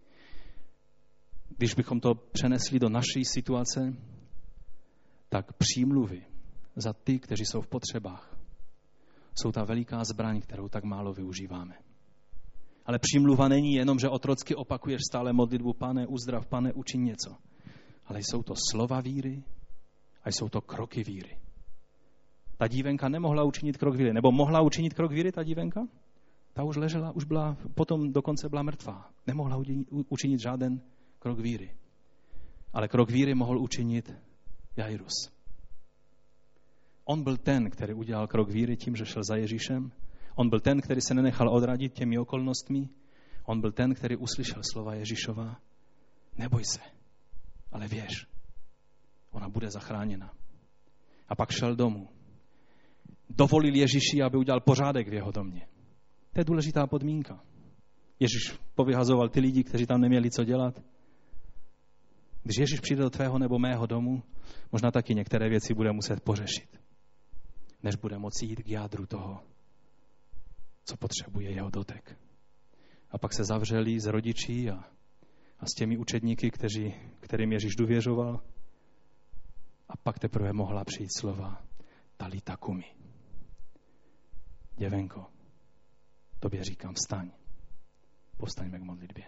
Když bychom to přenesli do naší situace, tak přímluvy za ty, kteří jsou v potřebách, jsou ta veliká zbraň, kterou tak málo využíváme. Ale přímluva není jenom, že otrocky opakuješ stále modlitbu, Pane, uzdrav, Pane, učiň něco. Ale jsou to slova víry a jsou to kroky víry. Ta dívenka nemohla učinit krok víry. Nebo mohla učinit krok víry ta dívenka? Ta už ležela, už byla, potom dokonce byla mrtvá. Nemohla učinit žádný krok víry. Ale krok víry mohl učinit Jairus. On byl ten, který udělal krok víry tím, že šel za Ježíšem On byl ten, který se nenechal odradit těmi okolnostmi. On byl ten, který uslyšel slova Ježíšova. Neboj se, ale věř. Ona bude zachráněna. A pak šel domů. Dovolil Ježíši, aby udělal pořádek v jeho domě. To je důležitá podmínka. Ježíš povyhazoval ty lidi, kteří tam neměli co dělat. Když Ježíš přijde do tvého nebo mého domu, možná taky některé věci bude muset pořešit, než bude moci jít k jádru toho, co potřebuje jeho dotek. A pak se zavřeli s rodiči a s těmi učedníky, kterým Ježíš důvěřoval. A pak teprve mohla přijít slova Talita kumi. Děvenko, tobě říkám, vstaň. Povstaňme k modlitbě.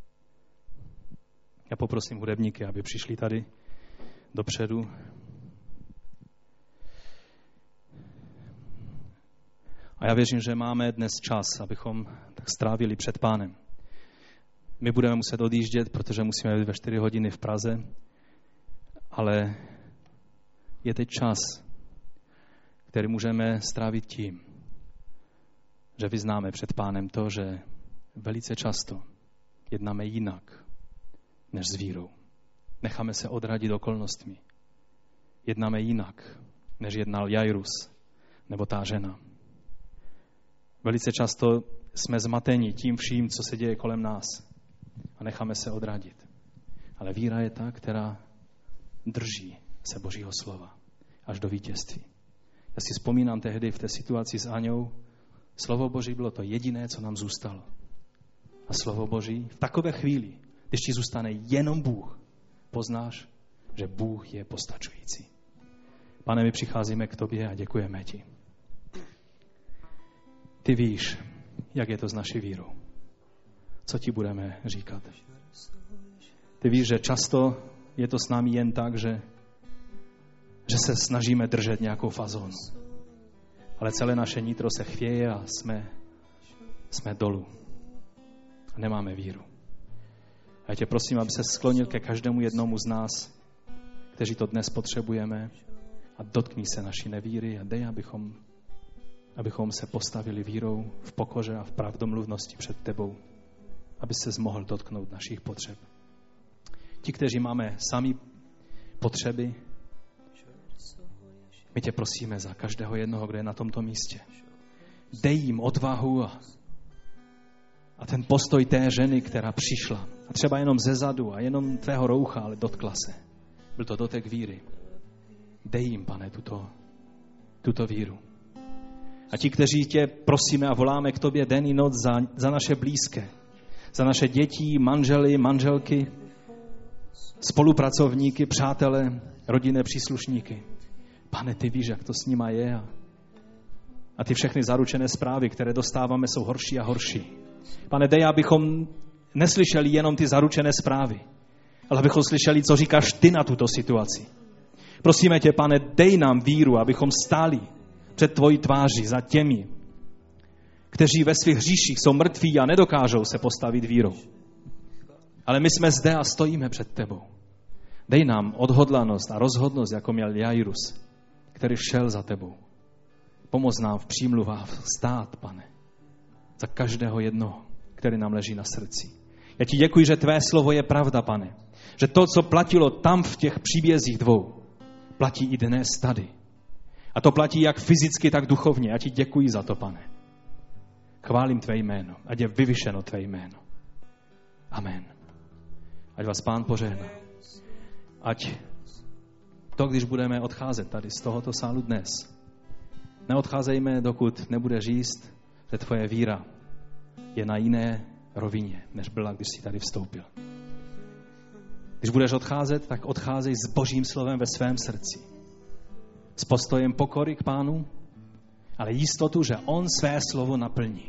Já poprosím hudebníky, aby přišli tady dopředu. A já věřím, že máme dnes čas, abychom tak strávili před Pánem. My budeme muset odjíždět, protože musíme být ve 4 hodiny v Praze, ale je teď čas, který můžeme strávit tím, že vyznáme před Pánem to, že velice často jednáme jinak než s vírou. Necháme se odradit okolnostmi. Jednáme jinak, než jednal Jairus nebo ta žena. Velice často jsme zmateni tím vším, co se děje kolem nás a necháme se odradit. Ale víra je ta, která drží se Božího slova až do vítězství. Já si vzpomínám tehdy v té situaci s Aňou, slovo Boží bylo to jediné, co nám zůstalo. A slovo Boží v takové chvíli, když ti zůstane jenom Bůh, poznáš, že Bůh je postačující. Pane, my přicházíme k tobě a děkujeme ti. Ty víš, jak je to s naší vírou. Co ti budeme říkat? Ty víš, že často je to s námi jen tak, že se snažíme držet nějakou fazonu. Ale celé naše nitro se chvěje a jsme dolů. A nemáme víru. A já tě prosím, aby se sklonil ke každému jednomu z nás, kteří to dnes potřebujeme, a dotkni se naší nevíry a dej, abychom se postavili vírou v pokoře a v pravdomluvnosti před tebou, aby se mohl dotknout našich potřeb. Ti, kteří máme sami potřeby, my tě prosíme za každého jednoho, kdo je na tomto místě. Dej jim odvahu a ten postoj té ženy, která přišla. A třeba jenom zezadu a jenom tvého roucha, ale dotkla se. Byl to dotek víry. Dej jim, Pane, tuto víru. A ti, kteří tě prosíme a voláme k tobě den i noc za naše blízké, za naše děti, manžely, manželky, spolupracovníky, přátele, rodinné příslušníky. Pane, ty víš, jak to s nima je. A ty všechny zaručené zprávy, které dostáváme, jsou horší a horší. Pane, dej, abychom neslyšeli jenom ty zaručené zprávy, ale abychom slyšeli, co říkáš ty na tuto situaci. Prosíme tě, Pane, dej nám víru, abychom stáli před tvojí tváří za těmi, kteří ve svých hříších jsou mrtví a nedokážou se postavit vírou. Ale my jsme zde a stojíme před tebou. Dej nám odhodlanost a rozhodnost, jako měl Jairus, který šel za tebou. Pomoz nám v přímluvách stát, Pane, za každého jednoho, který nám leží na srdci. Já ti děkuji, že tvé slovo je pravda, Pane. Že to, co platilo tam v těch příbězích 2, platí i dnes tady. A to platí jak fyzicky, tak duchovně. Já ti děkuji za to, Pane. Chválím tvé jméno. Ať je vyvyšeno tvé jméno. Amen. Ať vás Pán požehná. Ať to, když budeme odcházet tady z tohoto sálu dnes, neodcházejme, dokud nebude říct, že tvoje víra je na jiné rovině, než byla, když jsi tady vstoupil. Když budeš odcházet, tak odcházej s Božím slovem ve svém srdci. S postojem pokory k Pánu, ale jistotu, že on své slovo naplní.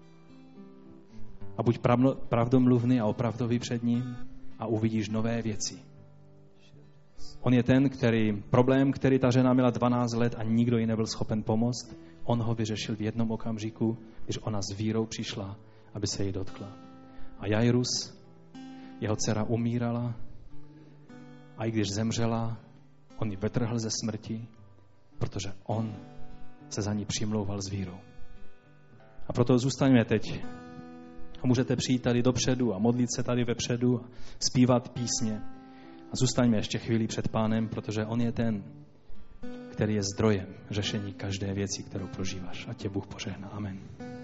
A buď pravdomluvný a opravdový před ním a uvidíš nové věci. On je ten, problém, který ta žena měla 12 let a nikdo jí nebyl schopen pomoct, on ho vyřešil v jednom okamžiku, když ona s vírou přišla, aby se jí dotkla. A Jairus, jeho dcera umírala a i když zemřela, on ji vytrhl ze smrti, protože on se za ní přimlouval s vírou. A proto zůstaňme teď. A můžete přijít tady dopředu a modlit se tady vepředu a zpívat písně. A zůstaňme ještě chvíli před Pánem, protože on je ten, který je zdrojem řešení každé věci, kterou prožíváš. A tě Bůh požehná. Amen.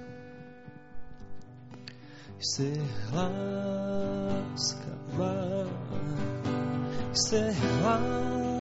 Jsi láskavá, jsi